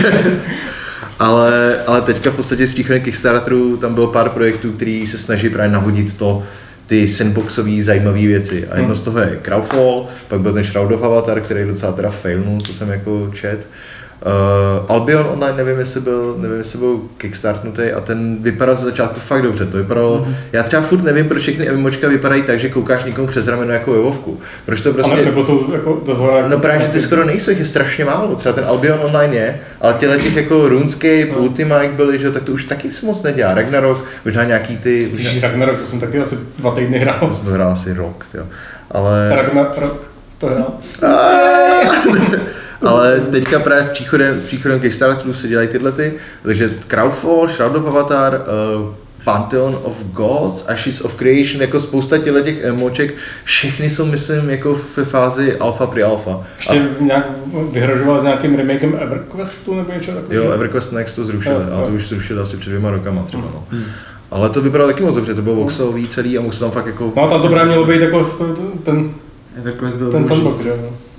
Ale, ale teďka v podstatě s příchodem Kickstarteru tam bylo pár projektů, který se snaží právě navodit to, ty sandboxové zajímavé věci. A jedno z toho je Crowdfall, pak byl ten Shroud of Avatar, který docela teda failnul, co jsem jako čet. Uh, Albion Online, nevím jestli byl, nevím jestli byl kickstartnutý a ten vypadal ze začátku fakt dobře, to vypadalo, mm-hmm. já třeba furt nevím, proč všechny MMOčka vypadají tak, že koukáš někomu přes rameno jako ve Vovku. Proč to prostě... A nebo jsou jako dozorák... No právě, že ty skoro nejsou, je strašně málo, třeba ten Albion Online je, ale těle těch jako RuneScape, no. Ultima, jak byly, že tak to už taky se moc nedělá, Ragnarok, možná nějaký ty... Už... Ragnarok, to jsem taky asi dva týdny hrál. To jsem to hrál asi rok, jo. Ale... Ragnarok, to hrál. Ale teďka právě s příchodem, s příchodem Kickstarteru se dělají tyhle ty, takže Crowdfall, Shroud of Avatar, uh, Pantheon of Gods, Ashes of Creation, jako spousta těchto těch emoček, všechny jsou, myslím, jako ve fázi alfa pri alfa. Ještě a... nějak vyhrožoval s nějakým remakem EverQuestu nebo něco takového? Jo, EverQuest Next to zrušili, jo, ale jo. to už zrušili asi před dvěma rokama třeba, no. Hmm. Ale to vypadalo taky moc dobře, to bylo voxelový celý a musel tam fakt jako... No a tam to právě mělo být jako ten, ten sandbox, že jo?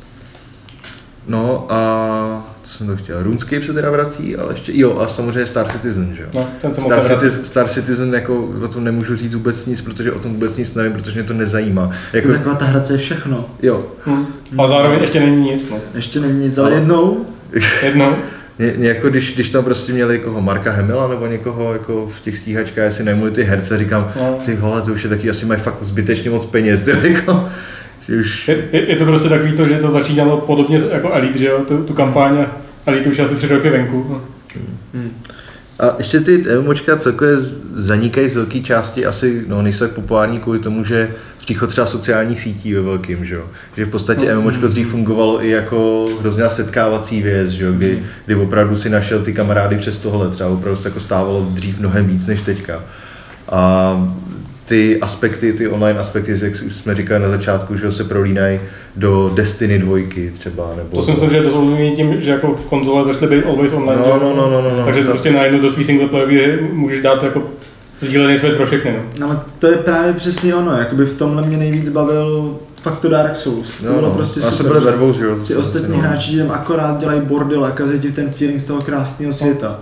No a co jsem to chtěl, RuneScape se teda vrací, ale ještě, jo a samozřejmě Star Citizen, že jo. No, ten jsem Star, Citizen, Star Citizen, jako o tom nemůžu říct vůbec nic, protože o tom vůbec nic nevím, protože mě to nezajímá. Jako... To taková ta hra, co je všechno. Jo. Hmm. A zároveň ještě není nic, no. Ještě není nic, ale jednou. jednou. Mě, mě jako když, když tam prostě měli někoho Marka Hemila nebo někoho jako v těch stíhačkách, já si najmuli ty herce, říkám, no. Ty vole, to už je taky, asi mají fakt zbytečně moc peněz, ty, jako. Už... Je, je, je to prostě takový to, že to začínalo podobně jako Elite, že jo, tu, tu kampaň Elite už asi tři roky venku. Hmm. A ještě ty MMOčka celkově zanikají z velké části, asi no, nejsou tak populární kvůli tomu, že příchod třeba sociálních sítí ve velkým, že jo. Že v podstatě hmm. MMOčko dřív fungovalo i jako hrozná setkávací věc, že jo, kdy, kdy opravdu si našel ty kamarády přes tohle, třeba opravdu se jako stávalo dřív mnohem víc než teďka. A ty aspekty, ty online aspekty, jak už jsme říkali na začátku, že se prolínají do Destiny dvojky třeba, nebo... To si myslím, že to souvisí tím, že jako konzole začaly být always online, no, no, no, no, no, no, takže no, prostě najednou do svý singleplayový můžeš dát jako sdílený svět pro všechny, no. No ale to je právě přesně ono, jakoby v tomhle mě nejvíc bavil fakt to Dark Souls, to no, bylo no. prostě a super, že vervou, že ty ostatní hráči tam akorát dělají bordel a kazí ti ten feeling z toho krásného světa.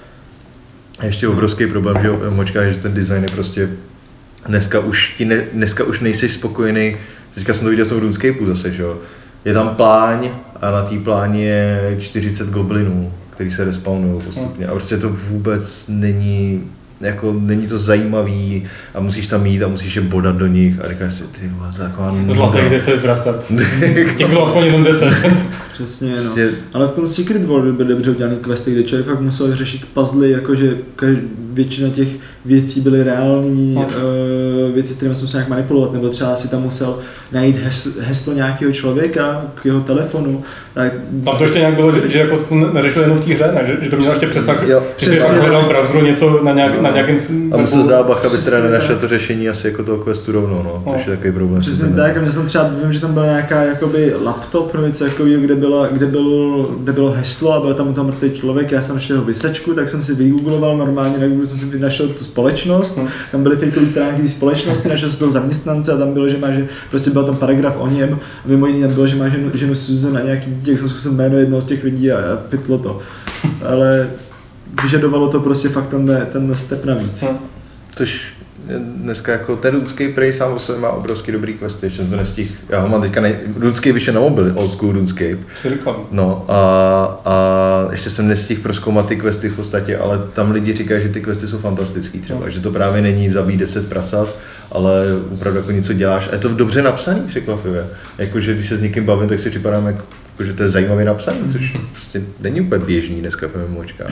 A ještě obrovský problém, že MMOčka je, že ten design je prostě dneska už, ti ne, dneska už nejsi spokojený, teďka jsem to viděl v tom RuneScapeu zase, že jo. Je tam pláň a na té pláni je čtyřicet goblinů, který se respawnují postupně a prostě to vůbec není, jako není to zajímavý a musíš tam jít a musíš je bodat do nich a říkáš si, ty vole, to je taková zlatých deset vrasat. Těch bylo aspoň jenom deset. Přesně, no. Prostě... Ale v tom Secret World byly dobře udělaný questy, kde člověk fakt musel řešit puzzle, jakože většina těch věcí byly reální, no. uh, věci, které jsem musel nějak manipulovat, nebo třeba si tam musel najít hes, heslo nějakého člověka k jeho telefonu. Tak... Tam to ještě nějak bylo, že, že jako jsem neřešil jenom v té hře, ne? Že, že to měl ještě přesah, že si hledal v browseru něco na, nějak, no. na nějakém... A musel zdát bacha, aby teda nenašel to řešení asi jako toho questu rovnou, no, no. Což je takový problém. Přesně tak, a mě jsem třeba, vím, že tam byla nějaká jakoby laptop, nebo něco jako, kde, byla, kde, byl, kde bylo heslo a byl tam u toho mrtvý člověk, já jsem našel vysečku, tak jsem si vygoogloval normálně, na Google jsem si našel tu společnost, no. Tam byly fakeové stránky té společnosti, našel jsem toho zaměstnance a tam bylo, že má, že prostě byl tam paragraf o něm a mimo jiný tam bylo, že má ženu, ženu Susan a nějaký dítě, jak jsem zkusil jméno jednoho z těch lidí a, a pytlo to. Ale vyžadovalo to prostě fakt ten, ten step navíc. No. Tož dneska jako ten RuneScape Prey sám o sobě má obrovský dobrý questy, ještě jsem to nestihl. Já ho mám teďka, nej... RuneScape vyšel na mobil, old school RuneScape. No a, a ještě jsem nestihl prozkoumat ty questy v podstatě, ale tam lidi říkají, že ty questy jsou fantastický třeba, no. Že to právě není zabít deset prasat, ale opravdu jako něco děláš a je to dobře napsaný překvapivě. Jakože když se s někým bavím, tak si připadám jako, že to je zajímavě napsaný, což prostě není úplně běžný dneska v MMOčkách.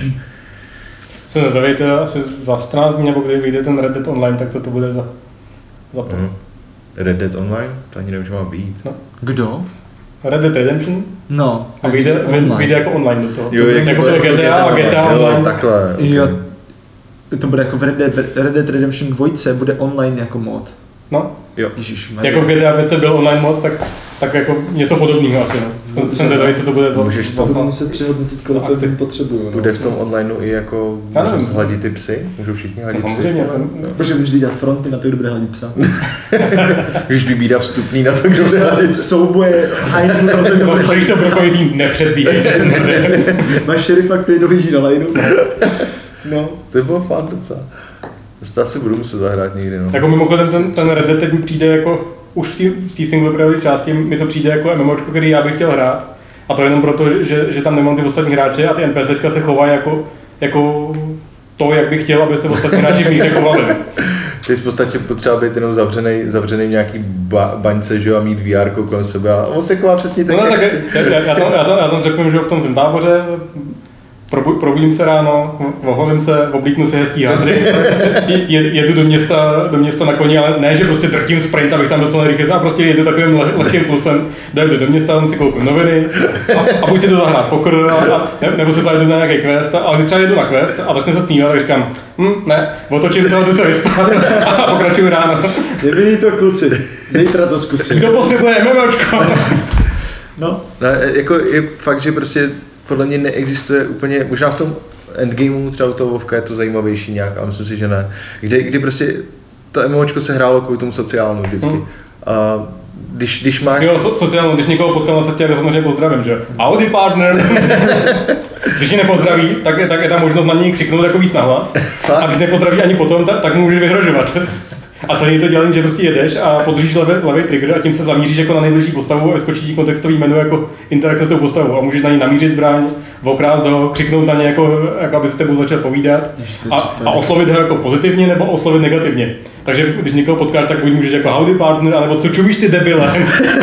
Se nezdavíte asi za čtrnáct dní, nebo když vyjde ten Red Dead Online, tak co to bude za, za to? Mm. Red Dead Online? To ani nevím, že má být. No. Kdo? Red Dead Redemption? No. A vyjde, vyjde jako online do toho. Jo, to jako G T A a G T A Online. Jo, takhle. Okay. Jo, to bude jako v Red Dead, Red Dead Redemption dva bude online jako mod. No. Jo. Ježiš, jako v G T A pět byl online mod, tak, tak jako něco podobného asi, no. Jsem zvědavý, co to bude za... Můžeš to budu muset přehodnotit, kolik to tím potřebuju. Bude v tom onlineu i jako, můžu hladit ty psy? Můžou všichni hladit psy? Samozřejmě. Protože můžeš dělat fronty na to, kdo bude hladit psa. Můžeš vybírat vstupný na to, kdo bude hladit souboje, hajdu na to, kdo bude hladit psa. Propojitý, nepředbíhejte. Máš šerifa, který dohlíží na lajnu. No. To bylo fun docela. To asi budu muset zahrát někdy, no. Jako mimochodem ten, ten Red Dead teď mi přijde jako, už v té singleplayerové části mi to přijde jako MMOčko, který já bych chtěl hrát. A to jenom proto, že, že tam nemám ty ostatní hráče a ty NPCčka se chovají jako, jako to, jak bych chtěl, aby se ostatní hráči v míře chovali. Ty jsi v podstatě potřeba být jenom zavřený, zavřený v nějaký ba, baňce, že, a mít V R kolem sebe a on se chová přesně tak, no, jak tak si... já, já, já, tam, já, tam, já tam řeknu, že v tom svém táboře probu, probudím se ráno, oholím se, oblíknu si hezký hadry, jedu do města, do města na koni, ale ne, že prostě drtím sprint, abych tam docela rychle, a prostě jedu takovým leh, lehkým plusem, dojedu do města, tam si koupím noviny a, a buď si to zahrát poker, a, a, ne, nebo si zajdu na nějaký quest, ale když třeba jedu na quest a začne se smívat, tak říkám, hm, ne, otočím to, jdu se vyspat a pokračuju ráno. Nebyli to kluci, zítra to zkusím. Kdo potřebuje MMOčko? No. No, jako je fakt, že prostě podle mě neexistuje úplně, možná v tom endgameu třeba u toho Vovka je to zajímavější nějak, ale myslím si, že ne. Kdy, kdy prostě to MMOčko se hrálo kvůli tomu sociálnu vždycky. Hmm. A když, když máš... Jo, so, sociálnu, když někoho potkám na cestě, tak samozřejmě pozdravím, že? Audi partner! Když ji nepozdraví, tak je, tak je tam možnost na něj křiknout jako víc nahlas. A když nepozdraví ani potom, tak, tak mu můžeš vyhrožovat. A celý to dělá, že prostě jedeš a podržíš levý, levý trigger a tím se zamíříš jako na nejbližší postavu a vyskočí ti kontextový menu jako interakce s tou postavou a můžeš na ní namířit zbraň, okrást ho, křiknout na ně, jako, jako aby se s tebou začal povídat a, a oslovit ho jako pozitivně nebo oslovit negativně. Takže když někoho potkáš, tak buď můžeš jako howdy partner, anebo co čumíš ty debile.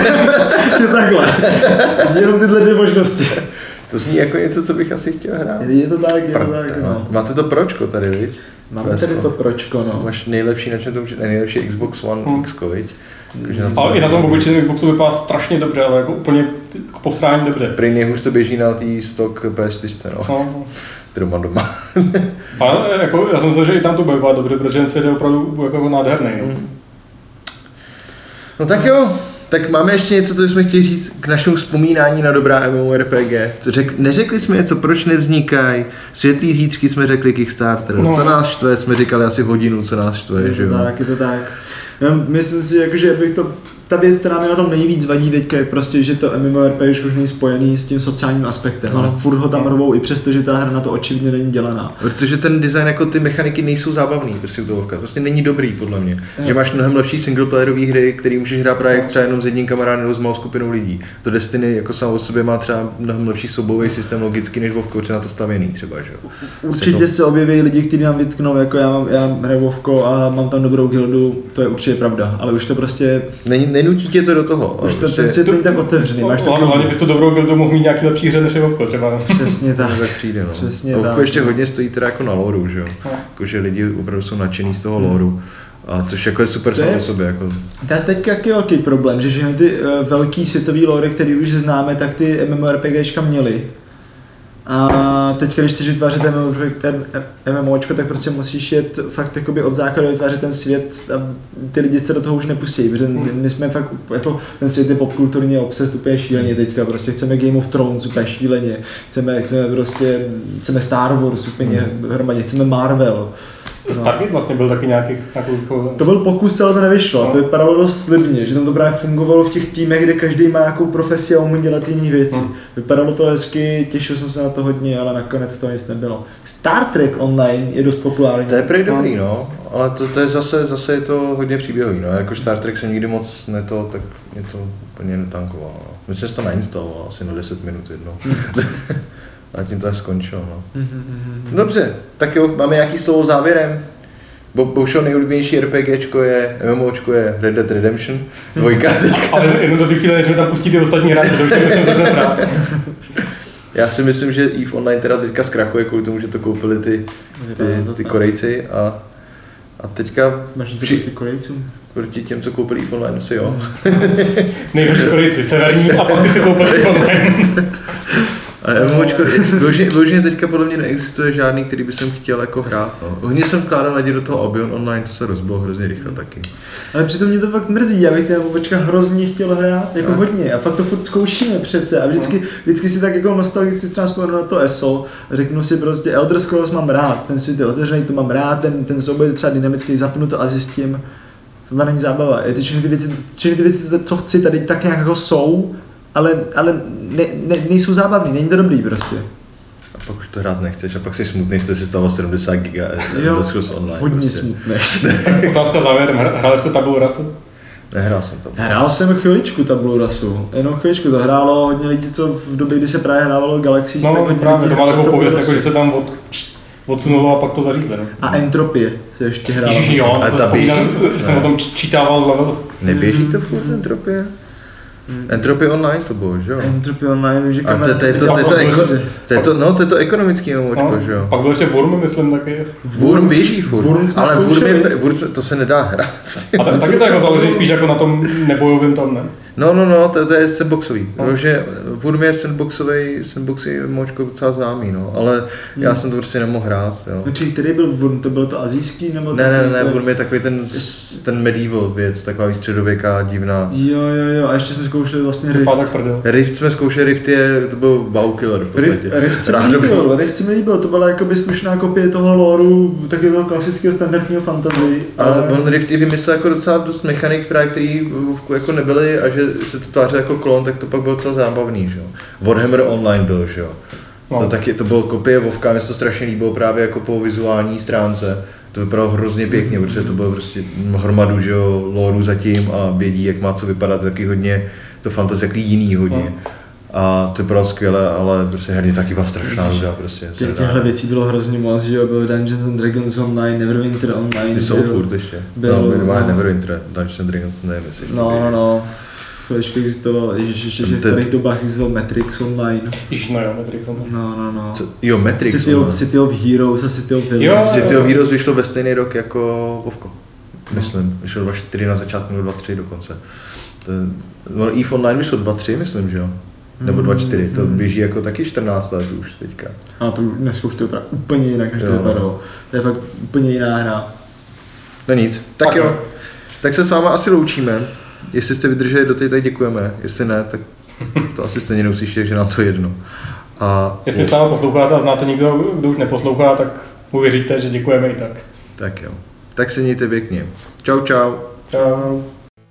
Je takhle. Jenom tyhle dvě možnosti. To zní jako něco, co bych asi chtěl hrát. Je to tak, je to Pr- tak, no. Máte to pročko tady, viď? Máme tady to pročko, no. Máš nejlepší, na čem to určitě, nejlepší Xbox One hmm. X, viď? Ale i na tom obyčejném Xboxu vypadá strašně dobře, ale jako úplně k posrání dobře. Prý nejhůř to běží na tý stock P čtyři, no. no. Kterou mám doma. Ale jako, já jsem myslel, že i tam to bude vypadat dobře, protože ten svět je opravdu jako nádherný. No. Hmm. No tak jo, tak máme ještě něco, co jsme chtěli říct k našemu vzpomínání na dobrá MMORPG. Řek, neřekli jsme něco, proč nevznikají, světlý zítřky jsme řekli Kickstarter, no. Co nás štve, jsme říkali asi hodinu, co nás štve, je že jo. Tak, je to tak. Já myslím si, jako, že bych to, ta věc, která mi na tom nejvíc vadí teďka, je prostě, že to MMORPG už není spojený s tím sociálním aspektem, no. Ale furt ho tam rovou, i přesto, že ta hra na to očividně není dělaná. Protože ten design, jako ty mechaniky nejsou zábavný, prostě u toho Vovka. Prostě není dobrý, podle mě. No. Že máš mnohem lepší singleplayerové hry, který můžeš hrát právě třeba jenom s jedním kamarádem nebo s malou skupinou lidí. To Destiny jako samo o sobě má třeba mnohem lepší soubojový systém logicky než Vovko, protože na to stavěný třeba, že? Určitě se objeví lidi, kteří nám vytknou, jako já, mám, já hraju Vovko a mám tam dobrou gildu, to je určitě pravda, ale už to prostě... Není, nenutí tě to do toho. Už to, prostě... ten svět není tak otevřený, máš to... Hlavně bys to dobrou gildu mohl mít nějaký lepší hře než je Vovko třeba. Přesně tak. tak přijde, no. Přesně Vovko tak. ještě hodně stojí teda jako na lóru, že jo. Jakože lidi opravdu jsou nadšený z toho lóru. A což jako je super samo o sobě. Jako. To je teď jaký velký problém, že všechny ty uh, velký světový lore, který už známe, tak ty MMORPGčka měly. A teď, když chceš vytvářet MMOčko, tak prostě musíš jet fakt jakoby od základu vytvářet ten svět a ty lidi se do toho už nepustí, protože my jsme fakt, jako ten svět je popkulturně obsest úplně šíleně teďka, prostě chceme Game of Thrones úplně šíleně, chceme, chceme prostě, chceme Star Wars úplně hromadně, chceme Marvel. Stargate vlastně byl taky nějaký, nějakou... To byl pokus, ale to nevyšlo. No. To vypadalo dost slibně, že tam to právě fungovalo v těch týmech, kde každý má nějakou profesi a umí dělat jiné věci. Hmm. Vypadalo to hezky, těšil jsem se na to hodně, ale nakonec to nic nebylo. Star Trek Online je dost populární. To je prý dobrý, no, ale to, to je zase, zase je to hodně příběhový, no. Jako Star Trek jsem nikdy moc neto, tak mě to úplně netankovalo. No. Myslím, že to nainstaloval asi na deset minut jednou. Hmm. A tím to až skončilo, no. Dobře, tak jo, máme nějaký slovo závěrem. Bohužel nejoblíbenější RPGčko je, MMOčko je Red Dead Redemption, dvojka teďka. Ale jenom do těch chvíle, než mi tam pustí ty ostatní hráče, to už jsem začne srát. Já si myslím, že EVE Online teda teďka zkrachuje kvůli tomu, že to koupili ty, ty, ty Korejci a, a teďka... Máš něco proti Korejcům? Proti těm, co koupili EVE Online, asi jo. Nejlepší Korejci, severní a pak ty, co koupili EVE Online. A MMOčko, vyloženě teďka podle mě neexistuje žádný, který by jsem chtěl jako hrát. No. Hodně jsem vkládal naději do toho Albion Online, to se rozbilo hrozně rychle taky. Ale přitom mě to fakt mrzí, já bych ten MMOčka hrozně chtěl hrát, jako no. hodně. A fakt to furt zkoušíme přece a vždycky, no. vždycky si tak jako nostalgicky třeba vzpomenu na to E S O a řeknu si prostě Elder Scrolls mám rád, ten svět je otevřený, to mám rád, ten, ten souboj je třeba dynamický, zapnu to a zjistím, to není zábava. Je ty všechny ty věci, všechny ty věci, co chci, tady tak nějak jako jsou, ale, ale ne, ne, nejsou zábavný, není to dobrý prostě. A pak už to hrát nechceš a pak jsi smutný, jste si stalo sedmdesát giga skrz online. Hodně prostě. smutný. Otázka závěrem, hráli jste Tabula Rasa? Nehrál jsem to. Hrál jsem chviličku Tabula Rasu, jenom chviličku, to hrálo hodně lidí, co v době, kdy se právě hrávalo Galaxies, no, tak hodně právě, lidí to má hrálo takovou Tabula pověst, jako, Rasu. že se tam od, odsunulo a pak to zařízli. No. A Entropie se ještě hrálo. Ježiš, jo, A to ta vzpomínám, běží? že jsem o tom čítával level. Neběží to furt Entropie? Entropie online to bylo, že jo? Entropie online, že A to, to, je to, to, je to, eko- to, je to, no, to je to ekonomický MMOčko, No, že jo? pak byl ještě Worm, myslím, taky. Worm běží furt, Worm jsme ale Worm zkoušeli. je, Worm, to se nedá hrát. A tak, taky to jako založený spíš jako na tom nebojovým tom, ne? No, no, no, to, to je sandboxový, No. no. že Worm je sandboxový, sandboxový MMOčko docela známý, no, ale hmm. já jsem to prostě nemohl hrát, jo. Počkej, který byl Worm, to bylo to asijský nebo Ne, ne, takový ne, ten- Worm je takový ten, ten medieval věc, taková středověká, divná. Jo, jo, jo, a ještě jsme zkoušeli vlastně Rift. Vypadá tak prdel. Rift jsme zkoušeli, Rift je, to byl wow killer v Rift, podstatě. Rift se mi Rádoby. líbil, Rift se mi líbil, to byla jakoby slušná kopie toho loreu, taky toho klasického standardního fantasy. Ale on Rift i vymyslel jako docela dost mechanik, právě, který v Vovku jako nebyly a že se to tvářil jako klon, tak to pak bylo docela zábavný, že jo. Warhammer Online byl, že jo. No. To taky, to bylo kopie Vovka, mě se to strašně líbilo právě jako po vizuální stránce. To vypadalo hrozně pěkně, protože to bylo prostě hromadu, že jo, lorů zatím a vědí, jak má co vypadat, taky hodně, to fantasy jaký jiný hodně. No. A to bylo skvělé, ale prostě herně taky byla strašná nuda prostě. Tě, těchto věcí bylo hrozně moc, že jo, byl Dungeons and Dragons Online, Neverwinter Online. Ty jsou byl, furt ještě. byl, no, minimálně no. Neverwinter, Dungeons and Dragons nevím, jestli ještě No, běží. no, no. Ještě existoval, ještě, ještě, ještě v Ten- starých dobách existoval Matrix Online. Již no jo, Matrix. No. No, no, no. Co? Jo, Matrix. City no. of, City of Heroes a City of Jo, Villains. City of Heroes vyšlo ve stejný rok jako Vovko. Myslím, vyšlo dva čtyři na začátku nebo dva tři dokonce. To, no, EVE Online vyšlo dva tři, myslím, že jo? Nebo dva čtyři, to běží jako taky čtrnáct let už teďka. A to dneska už to vypadá úplně jinak, než to Jo. vypadalo. To je fakt úplně jiná hra. No nic, tak Tak jo. jo. Tak se s váma asi loučíme. Jestli jste vydrželi do té, tak děkujeme. Jestli ne, tak to asi stejně neuslyšíte, že nám to je jedno. A Jestli stále posloucháte a znáte někdo, kdo už neposlouchá, tak uvěříte, že děkujeme i tak. tak jo. Tak se mějte pěkně. Čau, čau. Čau.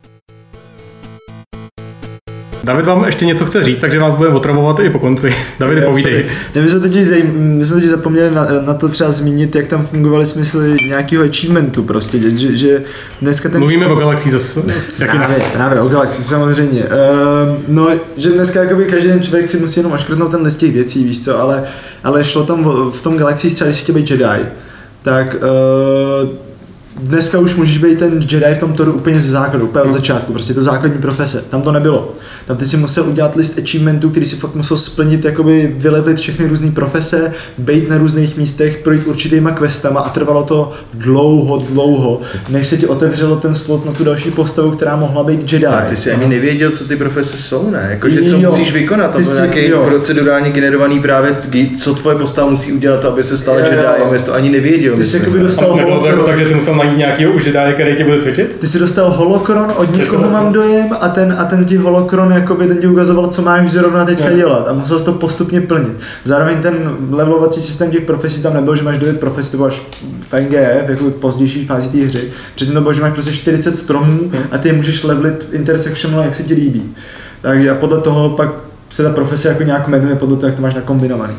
David vám ještě něco chce říct, takže vás budeme otravovat i po konci. Davide, povídej. Ne, my jsme totiž, zajím, my jsme totiž zapomněli na, na, to třeba zmínit, jak tam fungovaly smysly nějakého achievementu prostě, že, že dneska ten... Mluvíme o Galaxii zase. Jak Právě, právě o Galaxii, samozřejmě. Uh, no, že dneska jakoby každý ten člověk si musí jenom oškrtnout ten list těch věcí, víš co, ale, ale šlo tam v, v tom Galaxii třeba, když si chtěl být Jedi, tak uh, dneska už můžeš být ten Jedi v tom Toru úplně ze základu, úplně od začátku, prostě to základní profese. Tam to nebylo. Tam ty si musel udělat list achievementů, který si fakt musel splnit, jakoby vylevit všechny různé profese, být na různých místech, projít určitýma questama a trvalo to dlouho, dlouho, než se ti otevřelo ten slot na tu další postavu, která mohla být Jedi. A ty jsi ani nevěděl, co ty profese jsou, ne? Jakože co Jo. musíš vykonat, to Ty byl jsi- nějaký jo. procedurálně generovaný právě, co tvoje postava musí udělat, aby se stala Jo, jo. Jedi, jsi to ani nevěděl. Ty jsi myslím, jakoby ne? dostal A nebylo to jako holokron. tak, že jsi musel najít nějakého už Jedi, který tě bude cvičit? Ty jsi dostal holokron od někoho, Těžko mám říct. dojem, a ten, a ten ti holokron jakoby, ten ti ukazoval, co máš zrovna teďka Jo. dělat a musel jsi to postupně plnit. Zároveň ten levelovací systém těch profesí tam nebyl, že máš devět profesí, to bylo až v N G F, jako pozdější fázi té hry. Předtím to bylo, že máš prostě čtyřicet stromů a ty je můžeš levelit intersectional, jak se ti líbí. Takže a podle toho pak se ta profese jako nějak jmenuje, podle toho, jak to máš nakombinovaný.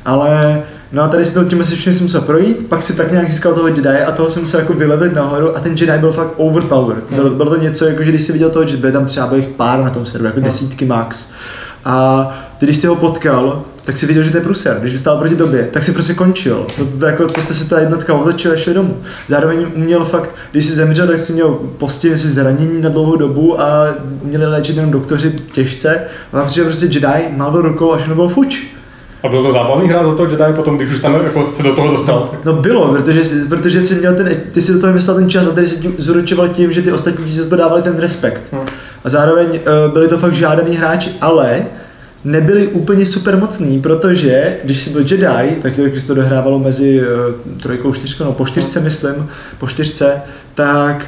Ale no a tady si to tím si všem musel projít, pak si tak nějak získal toho Jedi a toho jsem musel jako vylevelit nahoru a ten Jedi byl fakt overpowered. Bylo, bylo to něco, jako že když jsi viděl toho Jedi, byly tam třeba byl jich pár na tom serveru, jako No. desítky max. A ty, když jsi ho potkal, tak si viděl, že to je pruser. Když stál proti tobě, tak si prostě končil. To, to, jako, prostě se ta jednotka otočila a šli domů. Zároveň uměl fakt, když jsi zemřel, tak si měl postiž, si zranění na dlouhou dobu a měli léčit jenom doktoři těžce. A tam přišel prostě Jedi, mával rukou a všechno bylo fuč. A bylo to zábavný hrát za toho Jedi potom, když už tam jako se do toho dostal. Tak No bylo, protože, jsi- protože jsi měl ten, ty si do toho myslel ten čas a tady si tím zuručoval tím, že ty ostatní ti za to dávali ten respekt. Hmm. A zároveň uh, byli to fakt žádaný hráči, ale nebyli úplně super mocný, protože když jsi byl Jedi, tak když se to dohrávalo mezi uh, trojkou, čtyřkou, no po čtyřce myslím, po čtyřce, tak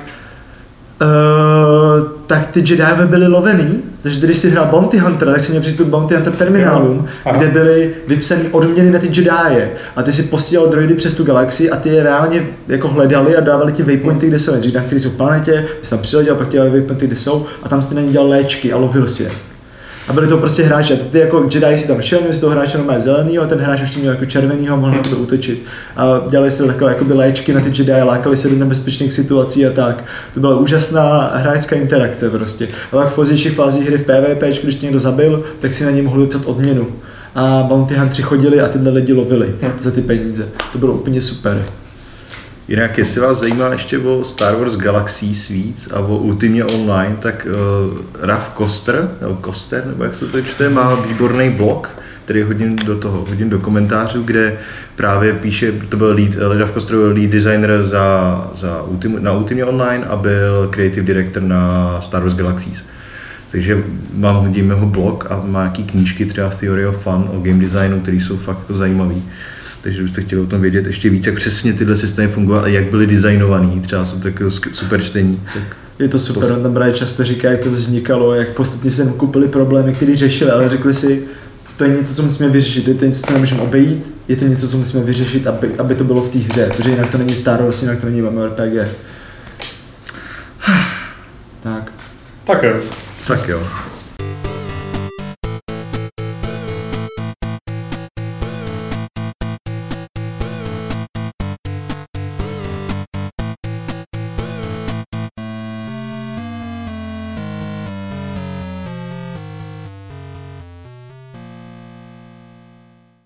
Uh, tak ty Jediové byli lovený, takže když si hrál Bounty Hunter, tak si měl přístup k Bounty Hunter terminálům, Aha. kde byly vypsané odměny na ty Jedie a ty si posílal droidy přes tu galaxii a ty je reálně jako hledali a dávali ti waypointy, kde jsou, nejdřív na který jsou v planetě, ty jsi tam přiletěl, pak ti dali waypointy, kde jsou a tam jsi na ně dělal léčky a lovil si je. A byli to prostě hráči. A ty jako Jedi si tam šel, měli z toho hráče normálně zelenýho a ten hráč už to měl jako červenýho a mohl na to útočit. A dělali si takové jakoby léčky na ty Jedi, lákali se do nebezpečných situací a tak. To byla úžasná hráčská interakce prostě. A pak v pozdějších fázích hry v PvP, když tě někdo zabil, tak si na něj mohli vyptat odměnu. A bounty huntři chodili a tyhle lidi lovili za ty peníze. To bylo úplně super. Jinak, jestli vás zajímá ještě o Star Wars Galaxies víc a o Ultimě Online, tak uh, Raf Koster, nebo Koster, nebo jak se to čte, má výborný blog, který hodím do toho, hodím do komentářů, kde právě píše, to byl lead, Raf Koster byl lead designer za, za Ultim, na Ultimě Online a byl creative director na Star Wars Galaxies. Takže mám hodím jeho blog a má nějaký knížky třeba z Theory of Fun o game designu, které jsou fakt zajímavý. Takže kdybyste chtěli o tom vědět ještě víc, jak přesně tyhle systémy fungovaly a jak byly designovaný, třeba jsou takové super čtení. Tak je to super, on tam právě často říká, jak to vznikalo, jak postupně se nakupili problémy, které řešili, ale řekli si, to je něco, co musíme vyřešit, je to něco, co nemůžeme obejít, je to něco, co musíme vyřešit, aby, aby to bylo v té hře, protože jinak to není Star Wars, jinak to není MMORPG. Tak. Tak jo. Tak jo.